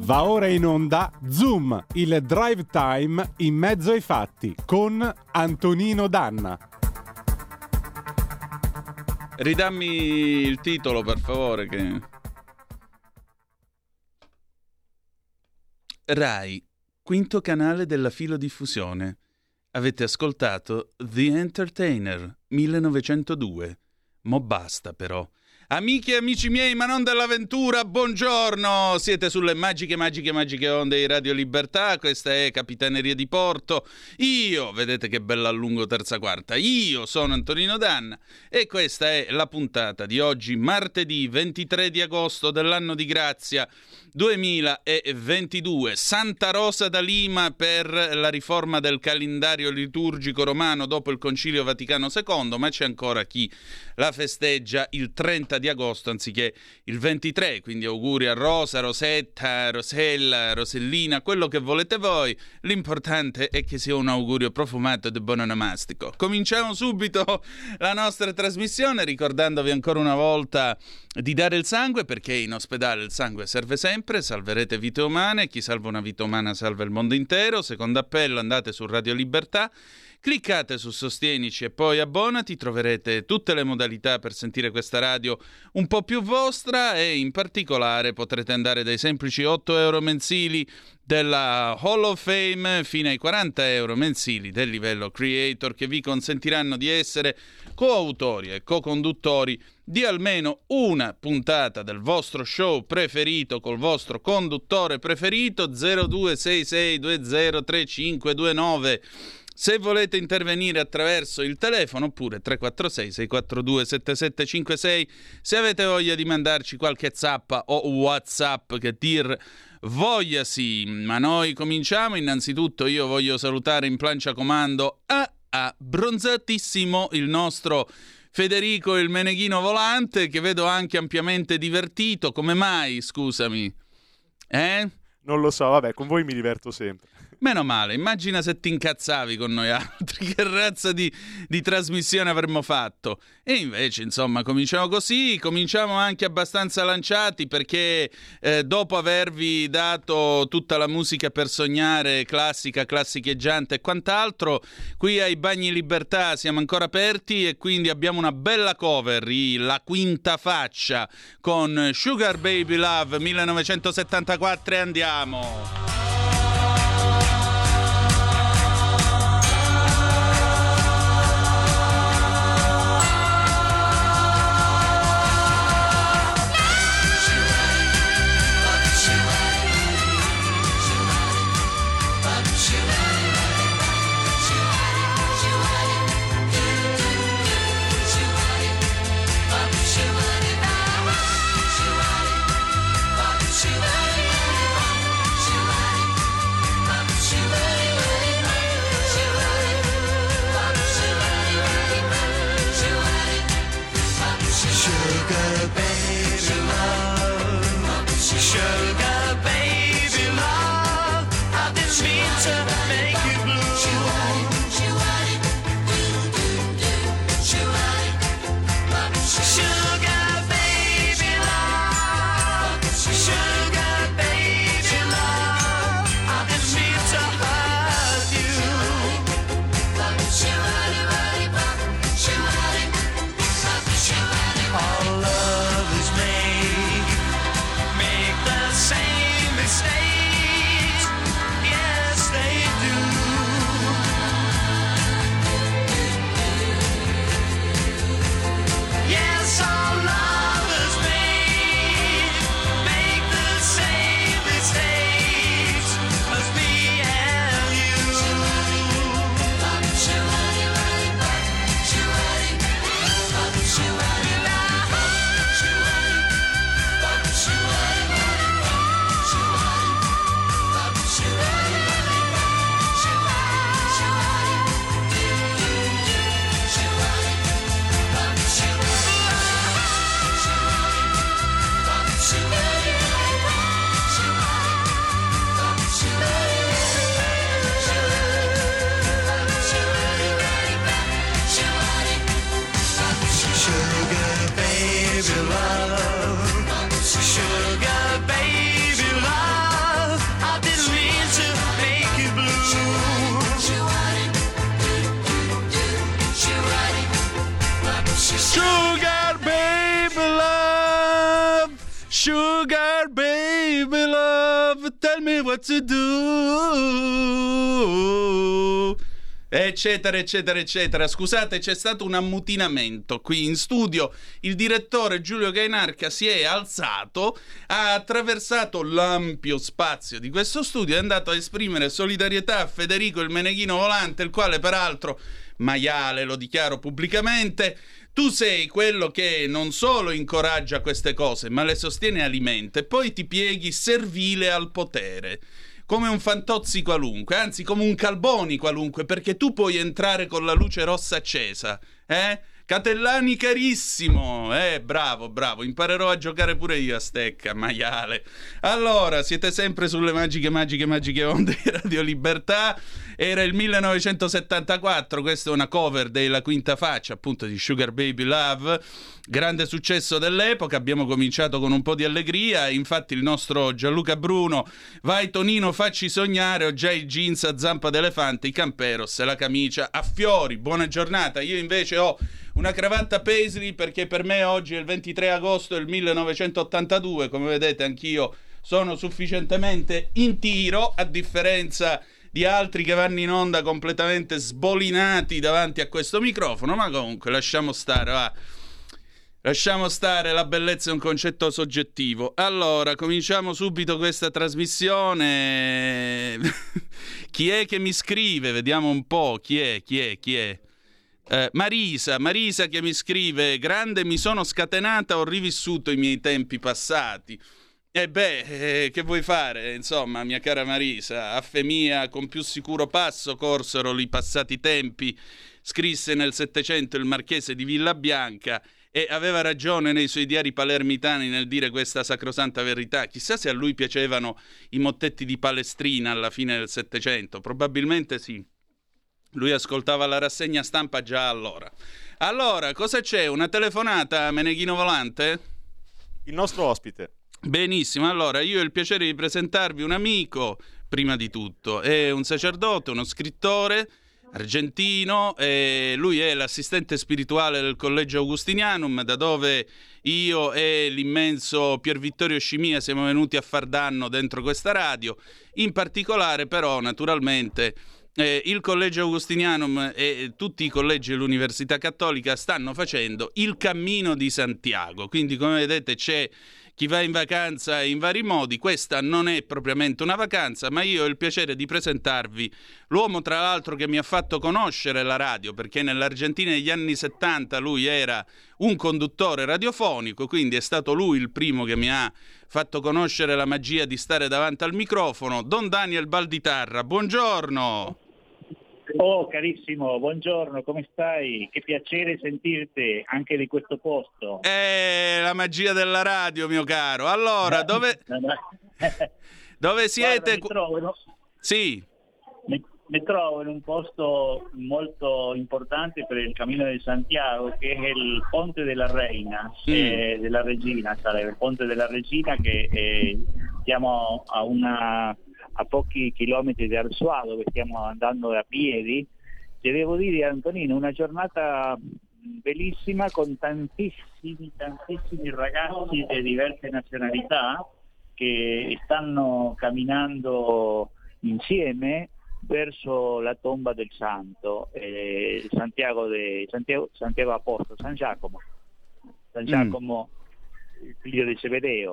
Va ora in onda Zoom, il drive time in mezzo ai fatti con Antonino Danna. Ridammi il titolo, per favore, che... Rai, quinto canale della filodiffusione. Avete ascoltato The Entertainer, 1902. Mo basta, però. Amiche e amici miei, ma non dell'avventura, buongiorno! Siete sulle magiche onde di Radio Libertà, questa è Capitaneria di Porto. Io, vedete che bella a lungo terza quarta, io sono Antonino Danna e questa è la puntata di oggi, martedì 23 di agosto dell'anno di grazia 2022. Santa Rosa da Lima per la riforma del calendario liturgico romano dopo il Concilio Vaticano II, ma c'è ancora chi la festeggia il 30 di agosto anziché il 23, quindi auguri a Rosa, Rosetta, Rosella, Rosellina, quello che volete voi. L'importante è che sia un augurio profumato di buon onomastico. Cominciamo subito la nostra trasmissione ricordandovi ancora una volta di dare il sangue, perché in ospedale il sangue serve sempre, salverete vite umane, chi salva una vita umana salva il mondo intero. Secondo appello, andate su Radio Libertà, cliccate su Sostienici e poi abbonati, troverete tutte le modalità per sentire questa radio un po' più vostra e in particolare potrete andare dai semplici 8 euro mensili della Hall of Fame fino ai 40 euro mensili del livello Creator, che vi consentiranno di essere coautori e co-conduttori di almeno una puntata del vostro show preferito col vostro conduttore preferito. 0266203529 se volete intervenire attraverso il telefono, oppure 346-642-7756 se avete voglia di mandarci qualche zappa o WhatsApp che dir vogliasi. Ma noi cominciamo. Innanzitutto io voglio salutare in plancia comando bronzatissimo il nostro Federico il Meneghino Volante, che vedo anche ampiamente divertito. Come mai, scusami? Non lo so, vabbè, con voi mi diverto sempre. Meno male, immagina se ti incazzavi con noi altri, che razza di trasmissione avremmo fatto. E invece, insomma, cominciamo così, cominciamo anche abbastanza lanciati, perché dopo avervi dato tutta la musica per sognare, classicheggiante e quant'altro, qui ai Bagni Libertà siamo ancora aperti e quindi abbiamo una bella cover, la quinta faccia, con Sugar Baby Love 1974 e andiamo! Make the same mistakes. Yes, they Sugar baby love, tell me what to do, eccetera eccetera eccetera. Scusate, c'è stato un ammutinamento qui in studio. Il direttore Giulio Cainarca si è alzato, ha attraversato l'ampio spazio di questo studio, è andato a esprimere solidarietà a Federico il Meneghino Volante, il quale peraltro, maiale, lo dichiaro pubblicamente, tu sei quello che non solo incoraggia queste cose ma le sostiene e alimenta, e poi ti pieghi servile al potere come un Fantozzi qualunque, anzi come un Calboni qualunque, perché tu puoi entrare con la luce rossa accesa, Catellani carissimo, bravo, imparerò a giocare pure io a stecca, maiale. Allora, siete sempre sulle magiche onde di Radio Libertà. Era il 1974, questa è una cover della Quinta Faccia, appunto di Sugar Baby Love, grande successo dell'epoca. Abbiamo cominciato con un po' di allegria, infatti il nostro Gianluca Bruno, vai Tonino facci sognare, ho già i jeans a zampa d'elefante, i camperos e la camicia a fiori, buona giornata. Io invece ho una cravatta paisley perché per me oggi è il 23 agosto del 1982, come vedete anch'io sono sufficientemente in tiro, a differenza di altri che vanno in onda completamente sbolinati davanti a questo microfono, ma comunque lasciamo stare, va. Lasciamo stare, la bellezza è un concetto soggettivo. Allora, cominciamo subito questa trasmissione. Chi è che mi scrive? Vediamo un po', chi è? Marisa che mi scrive: grande, mi sono scatenata, ho rivissuto i miei tempi passati. Che vuoi fare? Insomma, mia cara Marisa, affe mia, con più sicuro passo corsero li passati tempi, scrisse nel Settecento il marchese di Villabianca, e aveva ragione nei suoi diari palermitani nel dire questa sacrosanta verità. Chissà se a lui piacevano i mottetti di Palestrina alla fine del Settecento, probabilmente sì. Lui ascoltava la rassegna stampa già allora. Allora, cosa c'è? Una telefonata, Meneghino Volante? Il nostro ospite. Benissimo, allora io ho il piacere di presentarvi un amico, prima di tutto. È un sacerdote, uno scrittore argentino, e lui è l'assistente spirituale del Collegio Augustinianum, da dove io e l'immenso Pier Vittorio Scimia siamo venuti a far danno dentro questa radio. In particolare però, naturalmente, il Collegio Augustinianum e tutti i collegi dell'Università Cattolica stanno facendo il Cammino di Santiago, quindi come vedete c'è chi va in vacanza in vari modi. Questa non è propriamente una vacanza, ma io ho il piacere di presentarvi l'uomo, tra l'altro, che mi ha fatto conoscere la radio, perché nell'Argentina degli anni 70 lui era un conduttore radiofonico, quindi è stato lui il primo che mi ha fatto conoscere la magia di stare davanti al microfono. Don Daniel Balditarra, buongiorno. Oh carissimo, buongiorno, come stai? Che piacere sentirti anche di questo posto. La magia della radio, mio caro. Allora, dove siete? Guarda, mi trovo, no? Sì. Mi trovo in un posto molto importante per il Cammino di Santiago, che è il Ponte della Reina, della Regina, sarebbe il Ponte della Regina, che siamo a pochi chilometri da Arzuà, dove stiamo andando a piedi. Ti devo dire, Antonino, una giornata bellissima con tantissimi ragazzi di diverse nazionalità che stanno camminando insieme verso la tomba del santo, Santiago Apostolo, San Giacomo, il figlio di Zebedeo,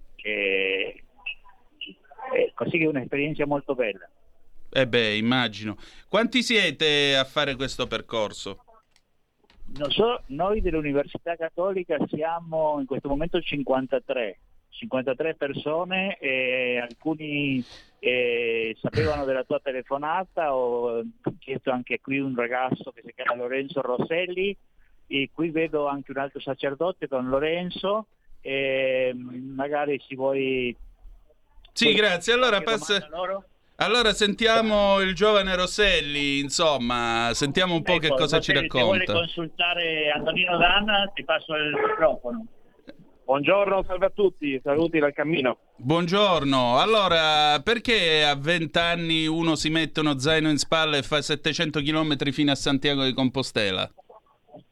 così che è un'esperienza molto bella. Immagino. Quanti siete a fare questo percorso? Noi dell'Università Cattolica siamo in questo momento 53 persone, e alcuni sapevano della tua telefonata. Ho chiesto anche qui un ragazzo che si chiama Lorenzo Rosselli, e qui vedo anche un altro sacerdote con Lorenzo, magari si vuoi... Sì, grazie. Allora sentiamo il giovane Rosselli, insomma, sentiamo un po' che cosa ci racconta. Se vuole consultare Antonino Danna, ti passo il microfono. Buongiorno, salve a tutti, saluti dal cammino. Buongiorno, allora perché a 20 anni uno si mette uno zaino in spalla e fa 700 km fino a Santiago di Compostela?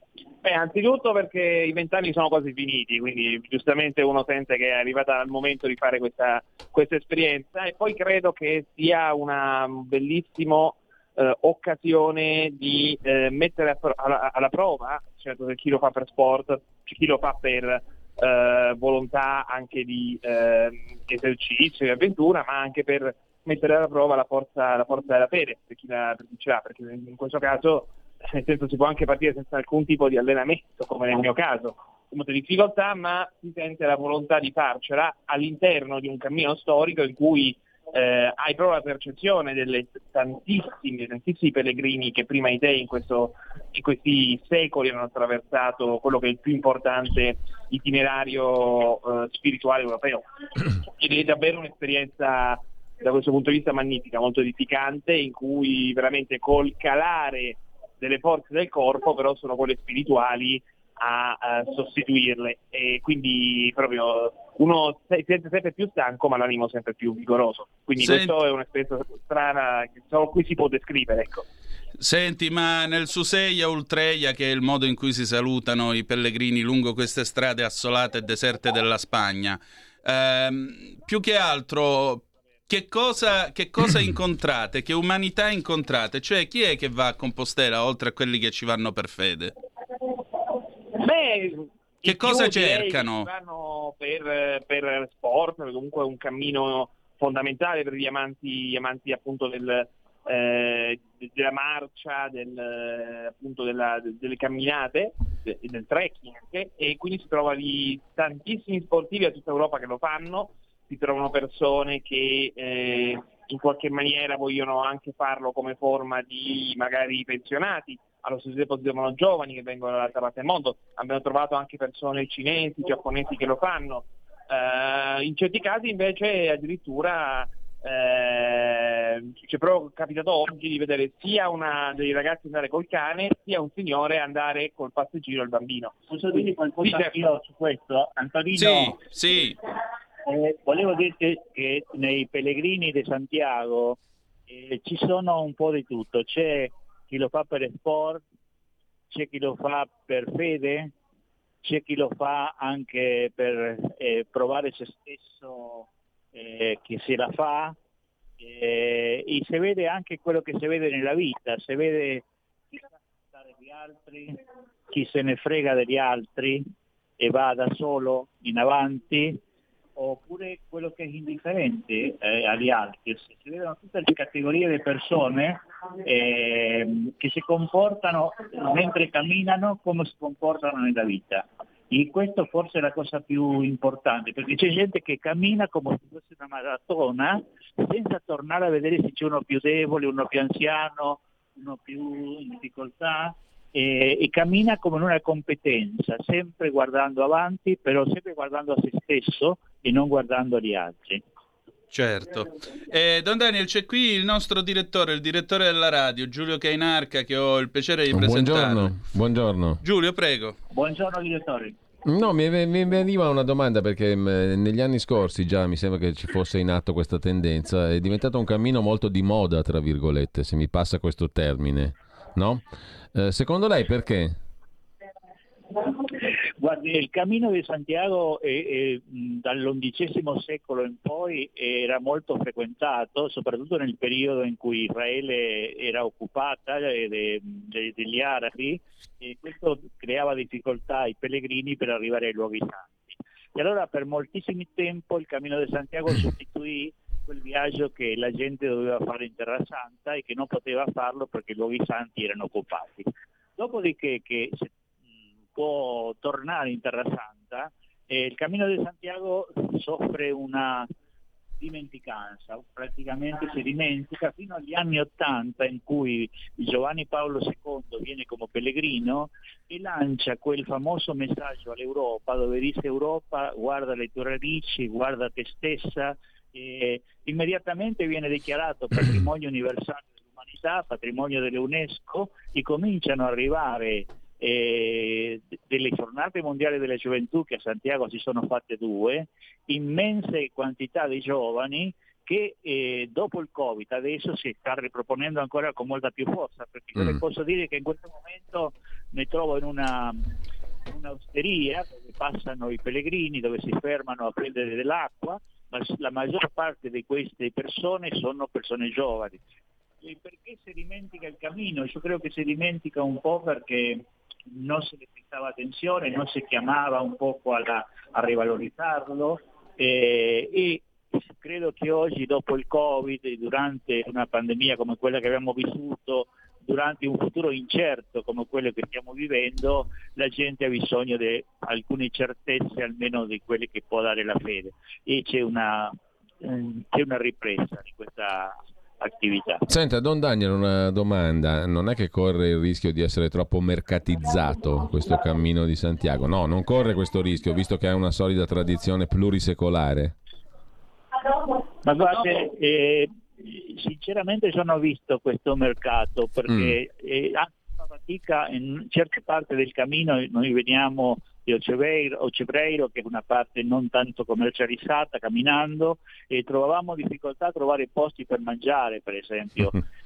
Anzitutto perché i 20 anni sono quasi finiti, quindi giustamente uno sente che è arrivata il momento di fare questa esperienza, e poi credo che sia una bellissima occasione di mettere alla prova, certo, che chi lo fa per sport, chi lo fa per volontà anche di esercizio, di avventura, ma anche per mettere alla prova la forza della fede per chi ce l'ha, perché in questo caso, nel senso, si può anche partire senza alcun tipo di allenamento, come nel mio caso, con molte difficoltà, ma si sente la volontà di farcela all'interno di un cammino storico in cui hai proprio la percezione delle tantissimi pellegrini che prima di te in questi secoli hanno attraversato quello che è il più importante itinerario spirituale europeo. Ed è davvero un'esperienza da questo punto di vista magnifica, molto edificante, in cui veramente col calare delle forze del corpo però sono quelle spirituali a sostituirle, e quindi proprio uno si sente sempre più stanco ma l'animo sempre più vigoroso, quindi questo è un'esperienza strana che solo qui si può descrivere, ecco. Senti, ma nel Suseia Ultreia, che è il modo in cui si salutano i pellegrini lungo queste strade assolate e deserte della Spagna, più che altro che cosa incontrate, che umanità incontrate? Cioè, chi è che va a Compostela oltre a quelli che ci vanno per fede? Che cosa cercano? Vanno per sport, comunque è un cammino fondamentale per gli amanti appunto della marcia, appunto delle camminate, del trekking anche, e quindi si trova lì tantissimi sportivi da tutta Europa che lo fanno. Si trovano persone che in qualche maniera vogliono anche farlo come forma di magari pensionati, allo stesso tempo si trovano giovani che vengono dall'altra parte del mondo, abbiamo trovato anche persone cinesi, giapponesi che lo fanno, in certi casi invece addirittura ci è proprio capitato oggi di vedere sia una dei ragazzi andare col cane, sia un signore andare col passeggino al bambino. Posso dire qualcosa io su questo, Antonino? Sì. Volevo dirti che nei pellegrini di Santiago ci sono un po' di tutto, c'è chi lo fa per sport, c'è chi lo fa per fede, c'è chi lo fa anche per provare se stesso che se la fa, e si vede anche quello che si vede nella vita, si vede chi sa stare gli altri, chi se ne frega degli altri e va da solo in avanti, oppure quello che è indifferente agli altri. Si vedono tutte le categorie di persone che si comportano mentre camminano come si comportano nella vita. E questo forse è la cosa più importante, perché c'è gente che cammina come se fosse una maratona senza tornare a vedere se c'è uno più debole, uno più anziano, uno più in difficoltà, e cammina come in una competenza, sempre guardando avanti, però sempre guardando a se stesso e non guardando gli altri. Certo. Don Daniel, c'è qui il nostro direttore, il direttore della radio, Giulio Cainarca, che ho il piacere di presentare. Buongiorno. Giulio, prego. Buongiorno direttore. No, mi veniva una domanda, perché negli anni scorsi già mi sembra che ci fosse in atto questa tendenza, è diventato un cammino molto di moda, tra virgolette, se mi passa questo termine, no? Secondo lei perché? Guardi, il Cammino di Santiago dall'XI secolo in poi era molto frequentato, soprattutto nel periodo in cui Israele era occupata dagli arabi, e questo creava difficoltà ai pellegrini per arrivare ai luoghi santi. E allora per moltissimo tempo il Cammino di Santiago sostituì quel viaggio che la gente doveva fare in Terra Santa e che non poteva farlo perché i luoghi santi erano occupati. Dopodiché che può tornare in Terra Santa, il Cammino di Santiago soffre una dimenticanza, praticamente si dimentica fino agli anni '80, in cui Giovanni Paolo II viene come pellegrino e lancia quel famoso messaggio all'Europa, dove dice: Europa, guarda le tue radici, guarda te stessa, e immediatamente viene dichiarato patrimonio universale dell'umanità, patrimonio dell'UNESCO, e cominciano ad arrivare delle giornate mondiali della gioventù, che a Santiago si sono fatte 2, immense quantità di giovani che dopo il Covid adesso si sta riproponendo ancora con molta più forza, perché io le posso dire che in questo momento mi trovo in un'osteria dove passano i pellegrini, dove si fermano a prendere dell'acqua, ma la maggior parte di queste persone sono persone giovani. E perché si dimentica il cammino? Io credo che si dimentica un po' perché non se ne prestava attenzione, non si chiamava un poco a rivalorizzarlo, e credo che oggi, dopo il Covid, durante una pandemia come quella che abbiamo vissuto, durante un futuro incerto come quello che stiamo vivendo, la gente ha bisogno di alcune certezze, almeno di quelle che può dare la fede, e c'è una ripresa di questa attività. Senta, Don Daniel, una domanda: non è che corre il rischio di essere troppo mercatizzato questo Cammino di Santiago? No, non corre questo rischio, visto che ha una solida tradizione plurisecolare? Ma guardate, sinceramente non ho visto questo mercato, perché anche fa fatica in certe parti del cammino. Noi veniamo di Ocebreiro, che è una parte non tanto commercializzata, camminando, e trovavamo difficoltà a trovare posti per mangiare, per esempio.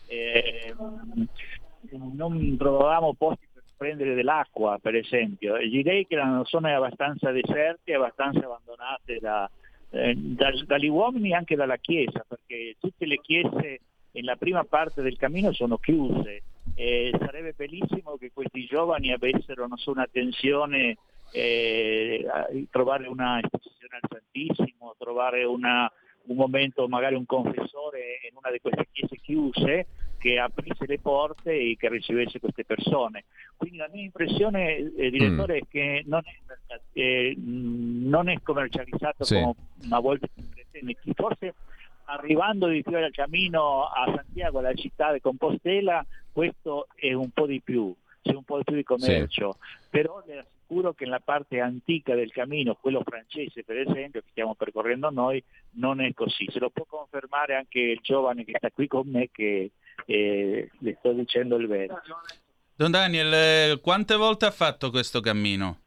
Non trovavamo posti per prendere dell'acqua, per esempio. E direi che erano zone abbastanza deserte, abbastanza abbandonate dagli uomini e anche dalla Chiesa, perché tutte le chiese nella prima parte del cammino sono chiuse. Sarebbe bellissimo che questi giovani avessero, non so, un'attenzione, trovare una esposizione al Santissimo, trovare un momento, magari un confessore in una di queste chiese chiuse, che aprisse le porte e che ricevesse queste persone. Quindi la mia impressione, direttore, è che non è commercializzato come una volta si pretende. Forse arrivando di più al cammino a Santiago, alla città di Compostela, questo è un po' di più, c'è un po' di più di commercio, però le assicuro che nella parte antica del cammino, quello francese per esempio, che stiamo percorrendo noi, non è così. Se lo può confermare anche il giovane che sta qui con me, che le sto dicendo il vero. Don Daniel, quante volte ha fatto questo cammino?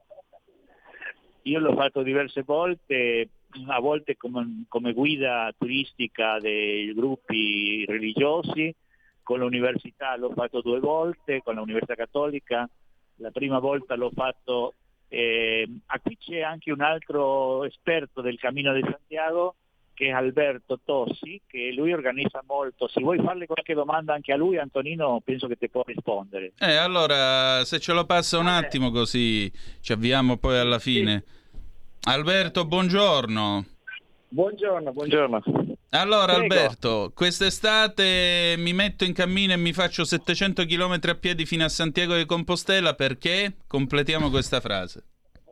Io l'ho fatto diverse volte, a volte come guida turistica dei gruppi religiosi. Con l'università l'ho fatto 2 volte, con l'Università Cattolica. La prima volta l'ho fatto, qui c'è anche un altro esperto del Cammino di Santiago, che è Alberto Tossi, che lui organizza molto. Se vuoi farle qualche domanda anche a lui, Antonino, penso che ti può rispondere. Allora, se ce lo passa un attimo, così ci avviamo poi alla fine. Alberto, buongiorno. Buongiorno. Allora, Prego. Alberto, quest'estate mi metto in cammino e mi faccio 700 km a piedi fino a Santiago de Compostela, perché? Completiamo questa frase.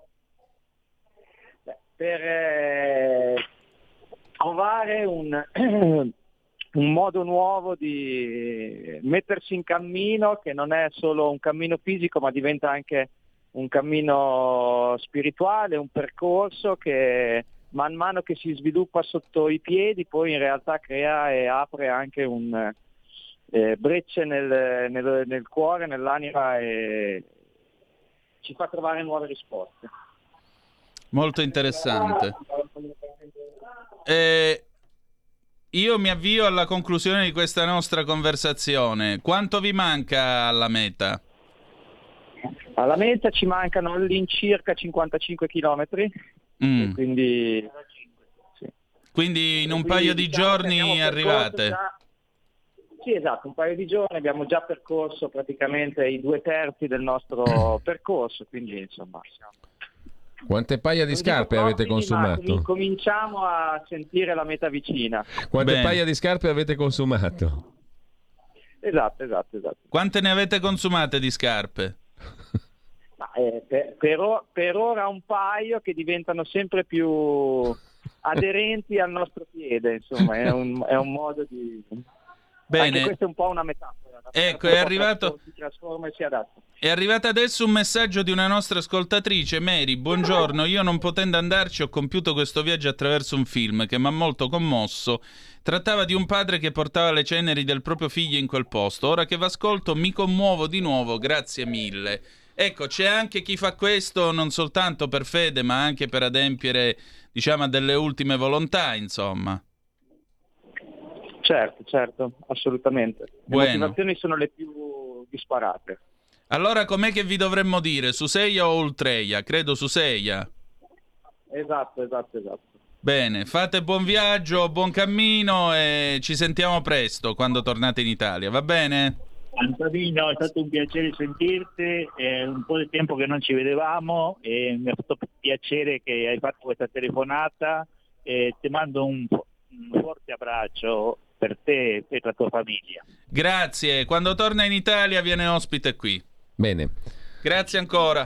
Per trovare un modo nuovo di mettersi in cammino, che non è solo un cammino fisico, ma diventa anche un cammino spirituale, un percorso che man mano che si sviluppa sotto i piedi poi in realtà crea e apre anche un brecce nel cuore, nell'anima, e ci fa trovare nuove risposte. Molto interessante. Io mi avvio alla conclusione di questa nostra conversazione. Quanto vi manca alla meta? Alla meta ci mancano all'incirca 55 chilometri, quindi in un paio di giorni arrivate? Sì, esatto, un paio di giorni abbiamo già percorso praticamente i 2/3 del nostro percorso, quindi insomma Quante paia di scarpe avete consumato? Cominciamo a sentire la meta vicina. Quante paia di scarpe avete consumato? Esatto. Quante ne avete consumate di scarpe? Ma, per ora un paio che diventano sempre più aderenti al nostro piede, insomma, è un modo di... Bene. Anche questa è un po' una metafora. Ecco, è arrivato... Si trasforma e si adatta. È arrivato adesso un messaggio di una nostra ascoltatrice, Mary. Buongiorno, io non potendo andarci ho compiuto questo viaggio attraverso un film che mi ha molto commosso. Trattava di un padre che portava le ceneri del proprio figlio in quel posto. Ora che v'ascolto mi commuovo di nuovo, grazie mille. Ecco, c'è anche chi fa questo non soltanto per fede, ma anche per adempiere, diciamo, a delle ultime volontà, insomma. Certo, assolutamente. Le motivazioni sono le più disparate. Allora com'è che vi dovremmo dire? Suseia o Ultreia? Credo Suseia. Esatto. Bene, fate buon viaggio, buon cammino e ci sentiamo presto quando tornate in Italia, va bene? Antonino, è stato un piacere sentirti, è un po' di tempo che non ci vedevamo e mi ha fatto piacere che hai fatto questa telefonata e ti mando un forte abbraccio per te e per la tua famiglia. Grazie, quando torna in Italia viene ospite qui. Bene. Grazie ancora.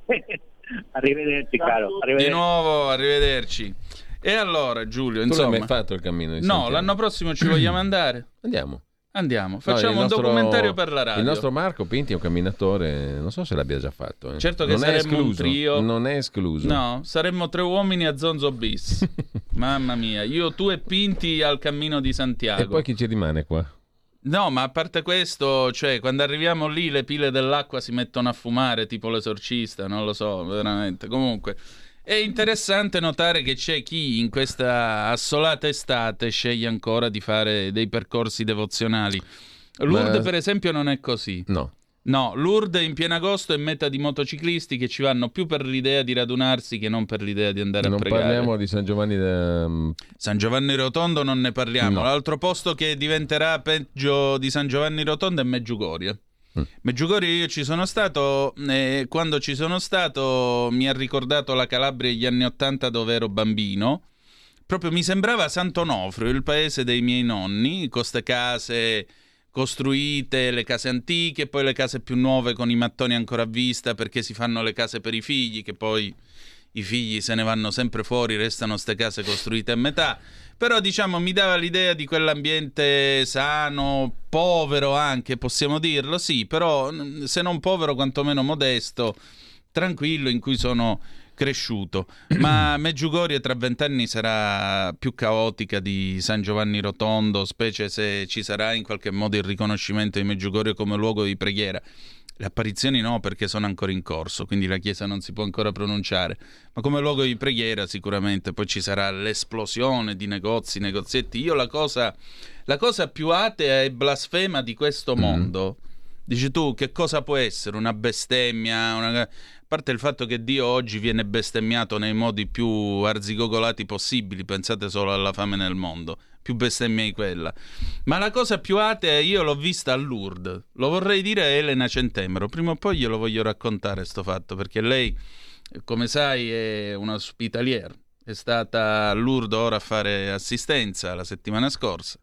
Arrivederci caro. Di nuovo, arrivederci. E allora Giulio, Tu insomma... l'hai mai fatto il cammino di No, Santiago? l'anno prossimo ci vogliamo andare? Andiamo, facciamo un documentario per la radio. Il nostro Marco Pinti è un camminatore, non so se l'abbia già fatto. Certo che non saremmo un trio. Non è escluso. No, saremmo 3 uomini a Zonzo bis. Mamma mia, io, tu e Pinti al cammino di Santiago. E poi chi ci rimane qua? No, ma a parte questo, cioè, quando arriviamo lì le pile dell'acqua si mettono a fumare, tipo l'esorcista, non lo so, veramente. Comunque, è interessante notare che c'è chi in questa assolata estate sceglie ancora di fare dei percorsi devozionali. Lourdes, per esempio, non è così. No, Lourdes in pieno agosto è meta di motociclisti che ci vanno più per l'idea di radunarsi che non per l'idea di andare a pregare. Non parliamo di San Giovanni San Giovanni Rotondo non ne parliamo. No. L'altro posto che diventerà peggio di San Giovanni Rotondo è Meggiugorie. Meggiugorie io ci sono stato e quando ci sono stato mi ha ricordato la Calabria degli anni '80 dove ero bambino. Proprio mi sembrava Sant'Onofrio, il paese dei miei nonni, con ste case costruite, le case antiche e poi le case più nuove con i mattoni ancora a vista perché si fanno le case per i figli, che poi i figli se ne vanno sempre fuori, restano ste case costruite a metà. Però diciamo mi dava l'idea di quell'ambiente sano, povero anche, possiamo dirlo, sì, però se non povero quantomeno modesto, tranquillo, in cui sono cresciuto. Ma Meggiugorie tra 20 anni sarà più caotica di San Giovanni Rotondo, specie se ci sarà in qualche modo il riconoscimento di Meggiugorie come luogo di preghiera. Le apparizioni no, perché sono ancora in corso, quindi la chiesa non si può ancora pronunciare, ma come luogo di preghiera sicuramente poi ci sarà l'esplosione di negozi, negozietti. Io la cosa più atea e blasfema di questo mondo, dici tu, che cosa può essere? Una bestemmia? A parte il fatto che Dio oggi viene bestemmiato nei modi più arzigogolati possibili, pensate solo alla fame nel mondo, più bestemmia di quella. Ma la cosa più atea io l'ho vista a Lourdes, lo vorrei dire a Elena Centemero, prima o poi glielo voglio raccontare sto fatto, perché lei, come sai, è una ospitalière, è stata a Lourdes ora a fare assistenza la settimana scorsa.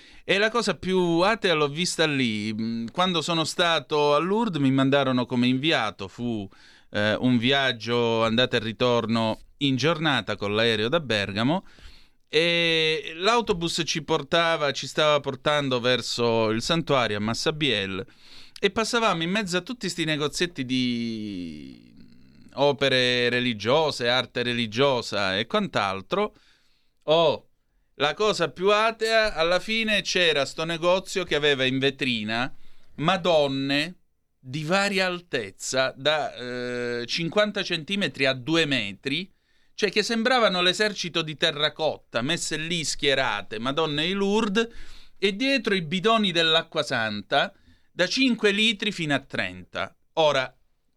E la cosa più atea l'ho vista lì. Quando sono stato a Lourdes mi mandarono come inviato, fu un viaggio andata e ritorno in giornata con l'aereo da Bergamo e l'autobus ci stava portando verso il santuario a Massabielle e passavamo in mezzo a tutti sti negozietti di opere religiose, arte religiosa e quant'altro. La cosa più atea, alla fine c'era sto negozio che aveva in vetrina madonne di varia altezza, da 50 centimetri a 2 metri, cioè che sembravano l'esercito di terracotta, messe lì schierate, madonne di Lourdes, e dietro i bidoni dell'acqua santa, da 5 litri fino a 30. Ora,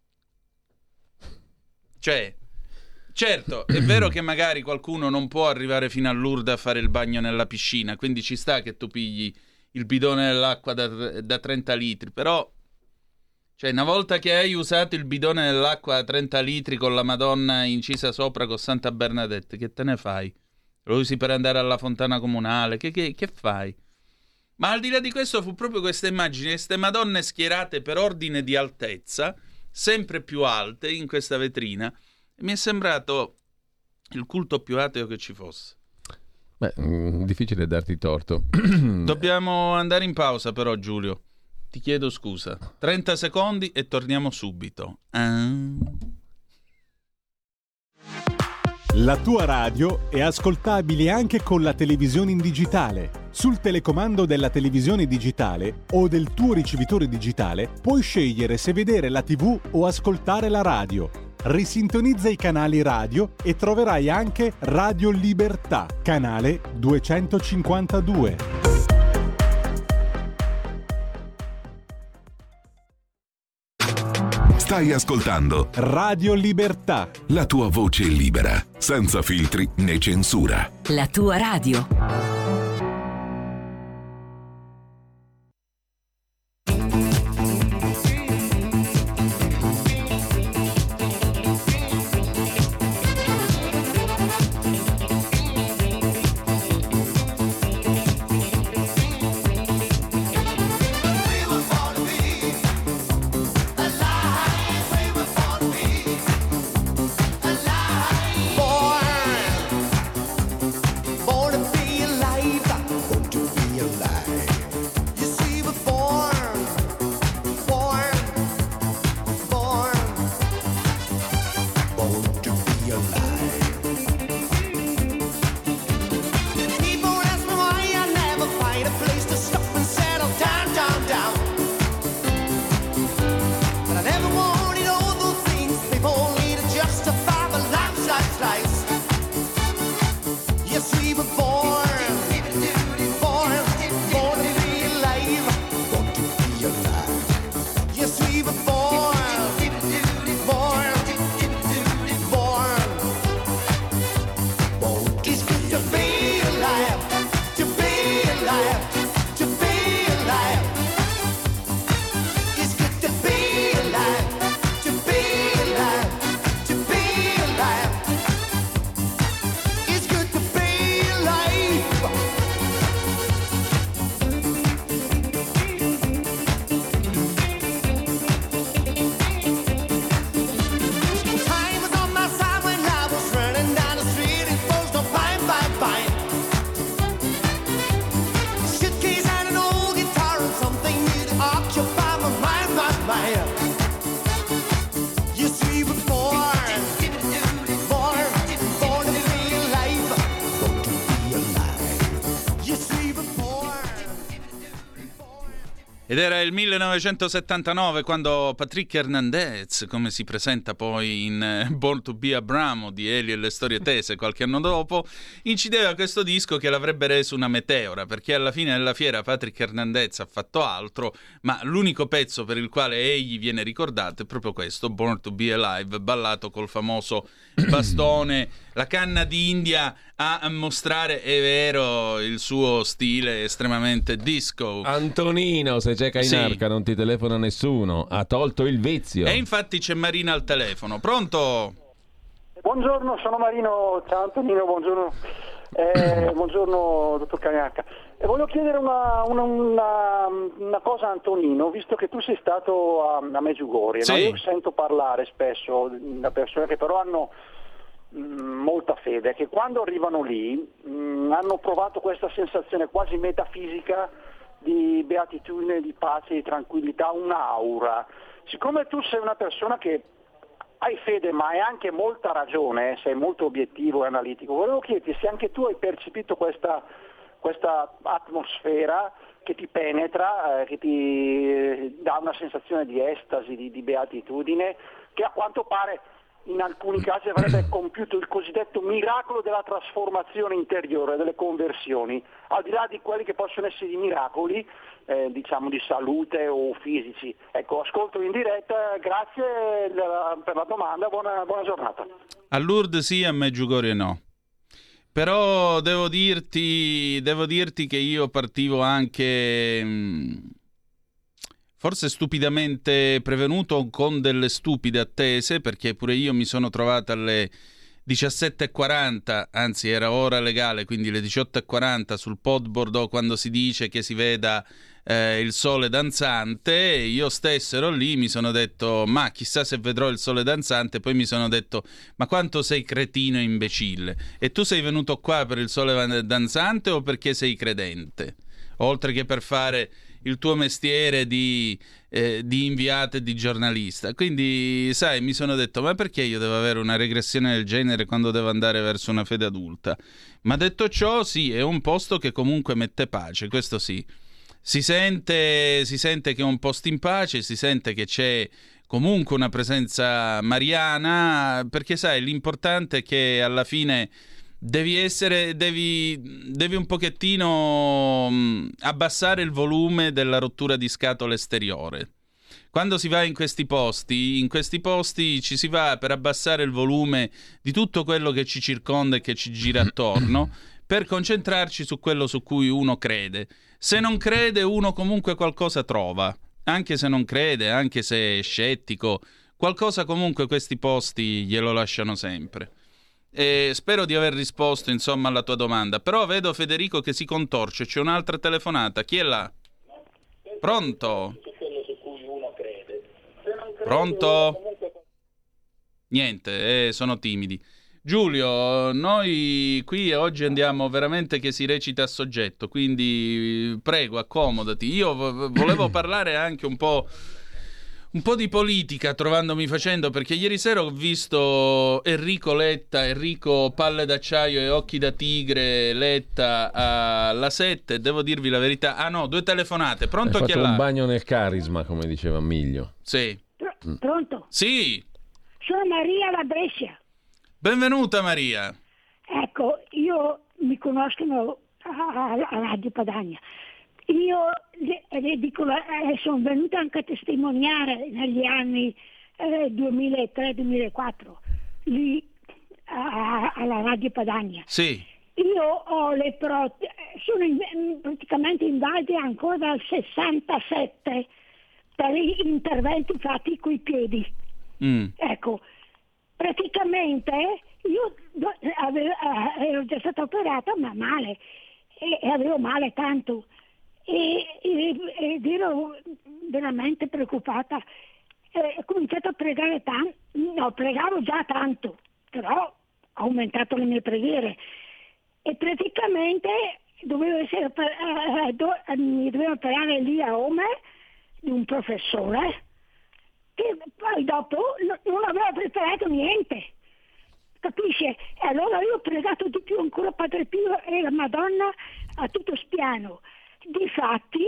cioè... Certo, è vero che magari qualcuno non può arrivare fino a Lourdes a fare il bagno nella piscina, quindi ci sta che tu pigli il bidone dell'acqua da 30 litri, però, cioè, una volta che hai usato il bidone dell'acqua da 30 litri con la Madonna incisa sopra con Santa Bernadette, che te ne fai? Lo usi per andare alla fontana comunale? Che fai? Ma al di là di questo fu proprio questa immagine, queste Madonne schierate per ordine di altezza, sempre più alte in questa vetrina. Mi è sembrato il culto più ateo che ci fosse. Beh, difficile darti torto. Dobbiamo andare in pausa però, Giulio. Ti chiedo scusa. 30 secondi e torniamo subito. La tua radio è ascoltabile anche con la televisione in digitale. Sul telecomando della televisione digitale o del tuo ricevitore digitale puoi scegliere se vedere la TV o ascoltare la radio. Risintonizza i canali radio e troverai anche Radio Libertà, canale 252. Stai ascoltando Radio Libertà. la tua voce libera, senza filtri né censura. La tua radio. Ed era il 1979 quando Patrick Hernandez, come si presenta poi in Born to be Abramo di Eli e le storie tese qualche anno dopo, incideva questo disco che l'avrebbe reso una meteora, perché alla fine della fiera Patrick Hernandez ha fatto altro, ma l'unico pezzo per il quale egli viene ricordato è proprio questo, Born to be Alive, ballato col famoso bastone, la canna d'India a mostrare, è vero, il suo stile estremamente disco. Antonino, se c'è Cainarca non ti telefona nessuno, ha tolto il vizio. E infatti c'è Marina al telefono. Pronto? Buongiorno, sono Marino. Ciao Antonino, buongiorno. Buongiorno dottor Cainarca. Volevo chiedere una cosa a Antonino, visto che tu sei stato a Medjugorje, sì. No? Io sento parlare spesso da persone che però hanno molta fede, che quando arrivano lì hanno provato questa sensazione quasi metafisica di beatitudine, di pace, di tranquillità, un'aura. Siccome tu sei una persona che hai fede ma hai anche molta ragione, sei molto obiettivo e analitico, volevo chiederti se anche tu hai percepito questa atmosfera che ti penetra, che ti dà una sensazione di estasi, di beatitudine, che a quanto pare in alcuni casi avrebbe compiuto il cosiddetto miracolo della trasformazione interiore, delle conversioni, al di là di quelli che possono essere i miracoli, diciamo di salute o fisici. Ecco, ascolto in diretta, grazie per la domanda, buona giornata. A Lourdes sì, a Medjugorje no. Però devo dirti che io partivo anche forse stupidamente prevenuto con delle stupide attese, perché pure io mi sono trovato alle 17:40, anzi era ora legale, quindi le 18:40 sul Pod Bordeaux, quando si dice che si veda il sole danzante. Io stesso ero lì, mi sono detto ma chissà se vedrò il sole danzante, poi mi sono detto ma quanto sei cretino e imbecille, e tu sei venuto qua per il sole danzante o perché sei credente, oltre che per fare il tuo mestiere di inviato e di giornalista? Quindi sai, mi sono detto ma perché io devo avere una regressione del genere quando devo andare verso una fede adulta? Ma detto ciò, sì, è un posto che comunque mette pace, questo sì. Si sente che è un posto in pace, si sente che c'è comunque una presenza mariana, perché sai, l'importante è che alla fine devi un pochettino abbassare il volume della rottura di scatole esteriore. quando si va in questi posti ci si va per abbassare il volume di tutto quello che ci circonda e che ci gira attorno, per concentrarci su quello su cui uno crede. Se non crede, uno comunque qualcosa trova, anche se non crede, anche se è scettico, qualcosa comunque questi posti glielo lasciano sempre. E spero di aver risposto insomma alla tua domanda, però vedo Federico che si contorce, c'è un'altra telefonata. Chi è là? Pronto? Pronto? Niente, sono timidi. Giulio, noi qui oggi andiamo veramente che si recita a soggetto, quindi prego, accomodati. Io volevo parlare anche un po' di politica, trovandomi facendo, perché ieri sera ho visto Enrico palle d'acciaio e occhi da tigre Letta alla 7, devo dirvi la verità. Ah no, 2 telefonate. Pronto, chi è là? Un bagno nel carisma, come diceva Miglio. Sì. Pronto? Sì. Sono Maria da Brescia. Benvenuta Maria. Ecco, mi conoscono a Radio Padania. Io le dico, sono venuta anche a testimoniare negli anni 2003-2004 lì alla Radio Padania. Sì. Io ho sono praticamente in Valde ancora dal 67 per gli interventi fatti coi piedi. Ecco, praticamente io ero già stata operata ma male e avevo male tanto. Ed ero veramente preoccupata. Ho cominciato a pregare tanto, no, pregavo già tanto, però ho aumentato le mie preghiere e praticamente mi doveva operare lì a Roma di un professore che poi dopo non aveva preparato niente, capisce? E allora io ho pregato di più ancora Padre Pio e la Madonna a tutto spiano. Difatti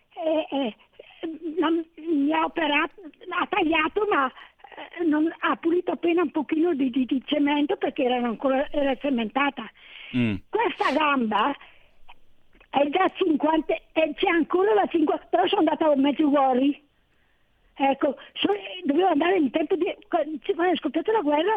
mi ha operato, ha tagliato, ma non ha pulito appena un pochino di cemento perché era cementata. Questa gamba è già 50 e c'è ancora la 50, però sono andata a Medjugorje. Ecco, dovevo andare in tempo quando è scoppiata la guerra,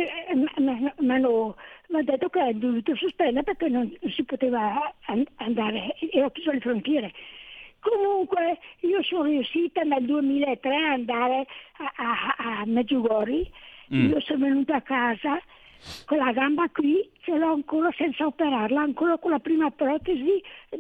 mi hanno detto che ho dovuto sospendere perché non si poteva andare e ho chiuso le frontiere. Comunque io sono riuscita nel 2003 ad andare a Medjugorje. Io sono venuta a casa con la gamba qui, ce l'ho ancora senza operarla, ancora con la prima protesi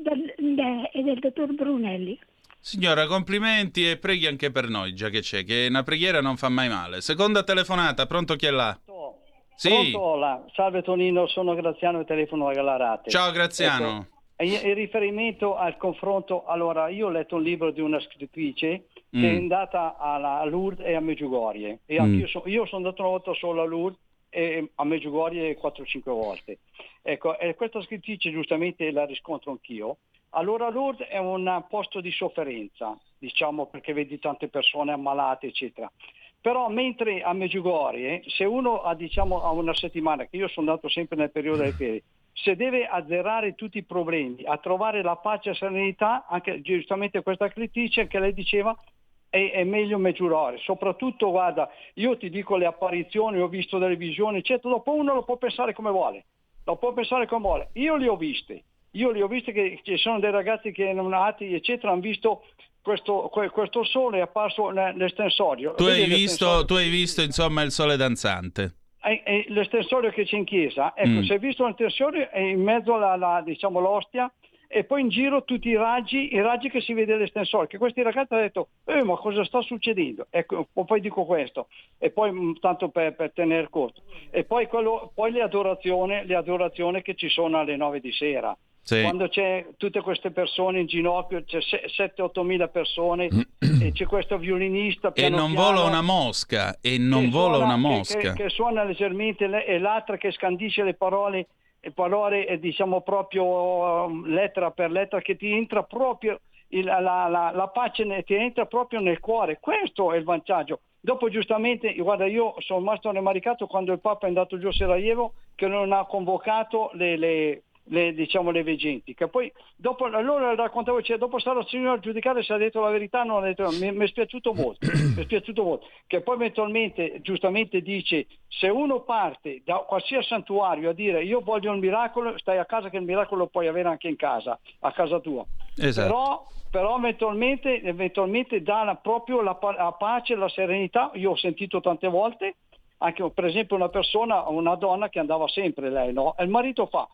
del dottor Brunelli. Signora, complimenti e preghi anche per noi, già che c'è, che una preghiera non fa mai male. Seconda telefonata, pronto, chi è là? Sì. Pronto, là. Salve Tonino, sono Graziano e telefono a Galarate. Ciao Graziano. Ecco, in riferimento al confronto, allora io ho letto un libro di una scrittrice che è andata a Lourdes e a Medjugorje e anch'io io sono andato una volta solo a Lourdes e a Medjugorje 4-5 volte. Ecco, e questa scrittrice giustamente la riscontro anch'io. Allora Lourdes è un posto di sofferenza, diciamo, perché vedi tante persone ammalate, eccetera. Però mentre a Medjugorje, se uno ha, diciamo, a una settimana, che io sono andato sempre nel periodo dei ferie, se deve azzerare tutti i problemi, a trovare la pace e serenità, anche giustamente questa scrittrice che lei diceva, è meglio Medjugorje. Soprattutto, guarda, io ti dico le apparizioni, ho visto delle visioni, eccetera, dopo uno lo può pensare come vuole. Io li ho viste che ci sono dei ragazzi che non nati, eccetera, hanno visto questo sole è apparso nell'estensorio. Tu hai visto insomma il sole danzante. L'estensorio che c'è in chiesa, ecco, si è visto l'estensorio e in mezzo diciamo l'ostia e poi in giro tutti i raggi che si vede all'estensorio, che questi ragazzi hanno detto ma cosa sta succedendo? Ecco, poi dico questo e poi tanto per tenere conto e poi le adorazioni che ci sono alle 9 di sera. Sì. Quando c'è tutte queste persone in ginocchio, c'è 7-8 mila persone e c'è questo violinista e non vola una mosca che suona leggermente e l'altra che scandisce le parole diciamo proprio lettera per lettera, che ti entra proprio la pace ti entra proprio nel cuore. Questo è il vantaggio. Dopo giustamente, guarda, io sono rimasto rammaricato quando il Papa è andato giù a Sarajevo che non ha convocato le veggenti, che poi dopo, allora raccontavo, cioè, dopo stare la signora a giudicare se ha detto la verità, non ha detto, mi è spiaciuto molto, che poi eventualmente giustamente dice, se uno parte da qualsiasi santuario a dire io voglio un miracolo, stai a casa che il miracolo lo puoi avere anche in casa, a casa tua. Esatto. Però eventualmente dà proprio la pace, la serenità. Io ho sentito tante volte, anche per esempio una donna che andava sempre lei, no? E il marito fa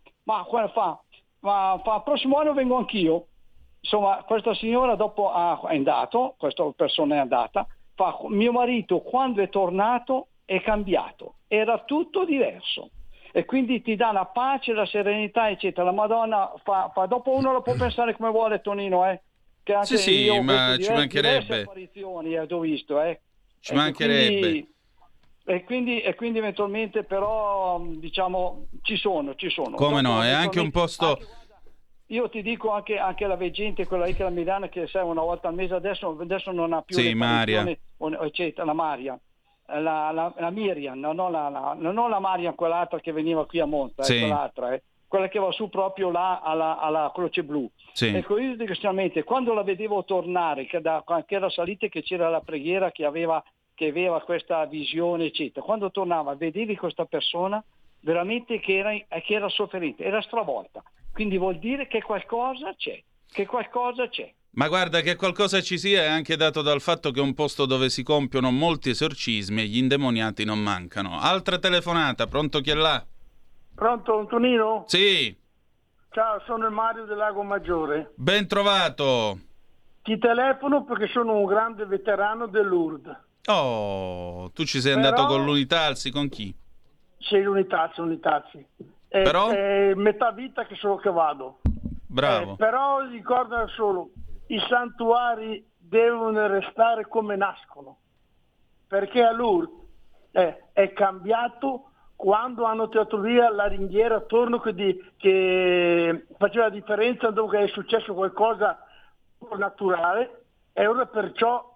il prossimo anno vengo anch'io. Insomma, questa signora dopo è andato, questa persona è andata, mio marito quando è tornato è cambiato, era tutto diverso. E quindi ti dà la pace, la serenità, eccetera. La Madonna dopo uno lo può pensare come vuole, Tonino, che anche sì, io ma ci mancherebbe. diverse apparizioni ho visto, Ci mancherebbe. E quindi eventualmente però diciamo ci sono. Come no, è anche un posto... Io ti dico anche la veggente, quella lì che la Milano, che sai una volta al mese adesso non ha più le Maria, eccetera, la Maria, la Miriam, non la Maria, quell'altra che veniva qui a Monza, quell'altra, quella che va su proprio là alla Croce Blu. Ecco, io dico sinceramente, quando la vedevo tornare, che era salita, che c'era la preghiera, che aveva questa visione, eccetera, quando tornava vedevi questa persona veramente che era sofferente, era stravolta. Quindi vuol dire che qualcosa c'è. Ma guarda, che qualcosa ci sia è anche dato dal fatto che è un posto dove si compiono molti esorcismi e gli indemoniati non mancano. Altra telefonata, pronto, chi è là? Pronto, Antonino? Sì. Ciao, sono il Mario del Lago Maggiore. Ben trovato. Ti telefono perché sono un grande veterano dell'Urd. Oh, tu ci sei andato con l'Unitalsi, con chi? Sì, l'Unitalsi. Però? È metà vita che vado. Bravo. Però ricorda solo, i santuari devono restare come nascono, perché a Lourdes è cambiato quando hanno tirato via la ringhiera attorno che faceva la differenza dopo che è successo qualcosa naturale, e ora perciò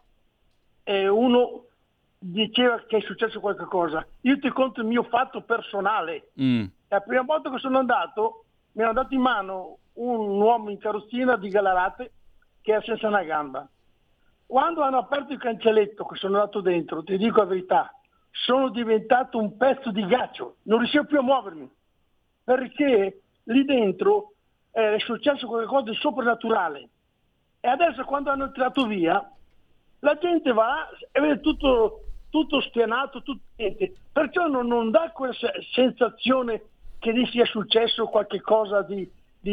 uno diceva che è successo qualche cosa. Io ti conto il mio fatto personale. La prima volta che sono andato mi hanno dato in mano un uomo in carrozzina di Galarate che era senza una gamba. Quando hanno aperto il cancelletto, che sono andato dentro, ti dico la verità, sono diventato un pezzo di ghiaccio, non riuscivo più a muovermi, perché lì dentro è successo qualcosa di soprannaturale. E adesso quando hanno tirato via, la gente va e vede tutto spianato, tutto niente. Perciò non dà quella sensazione che lì sia successo qualche cosa di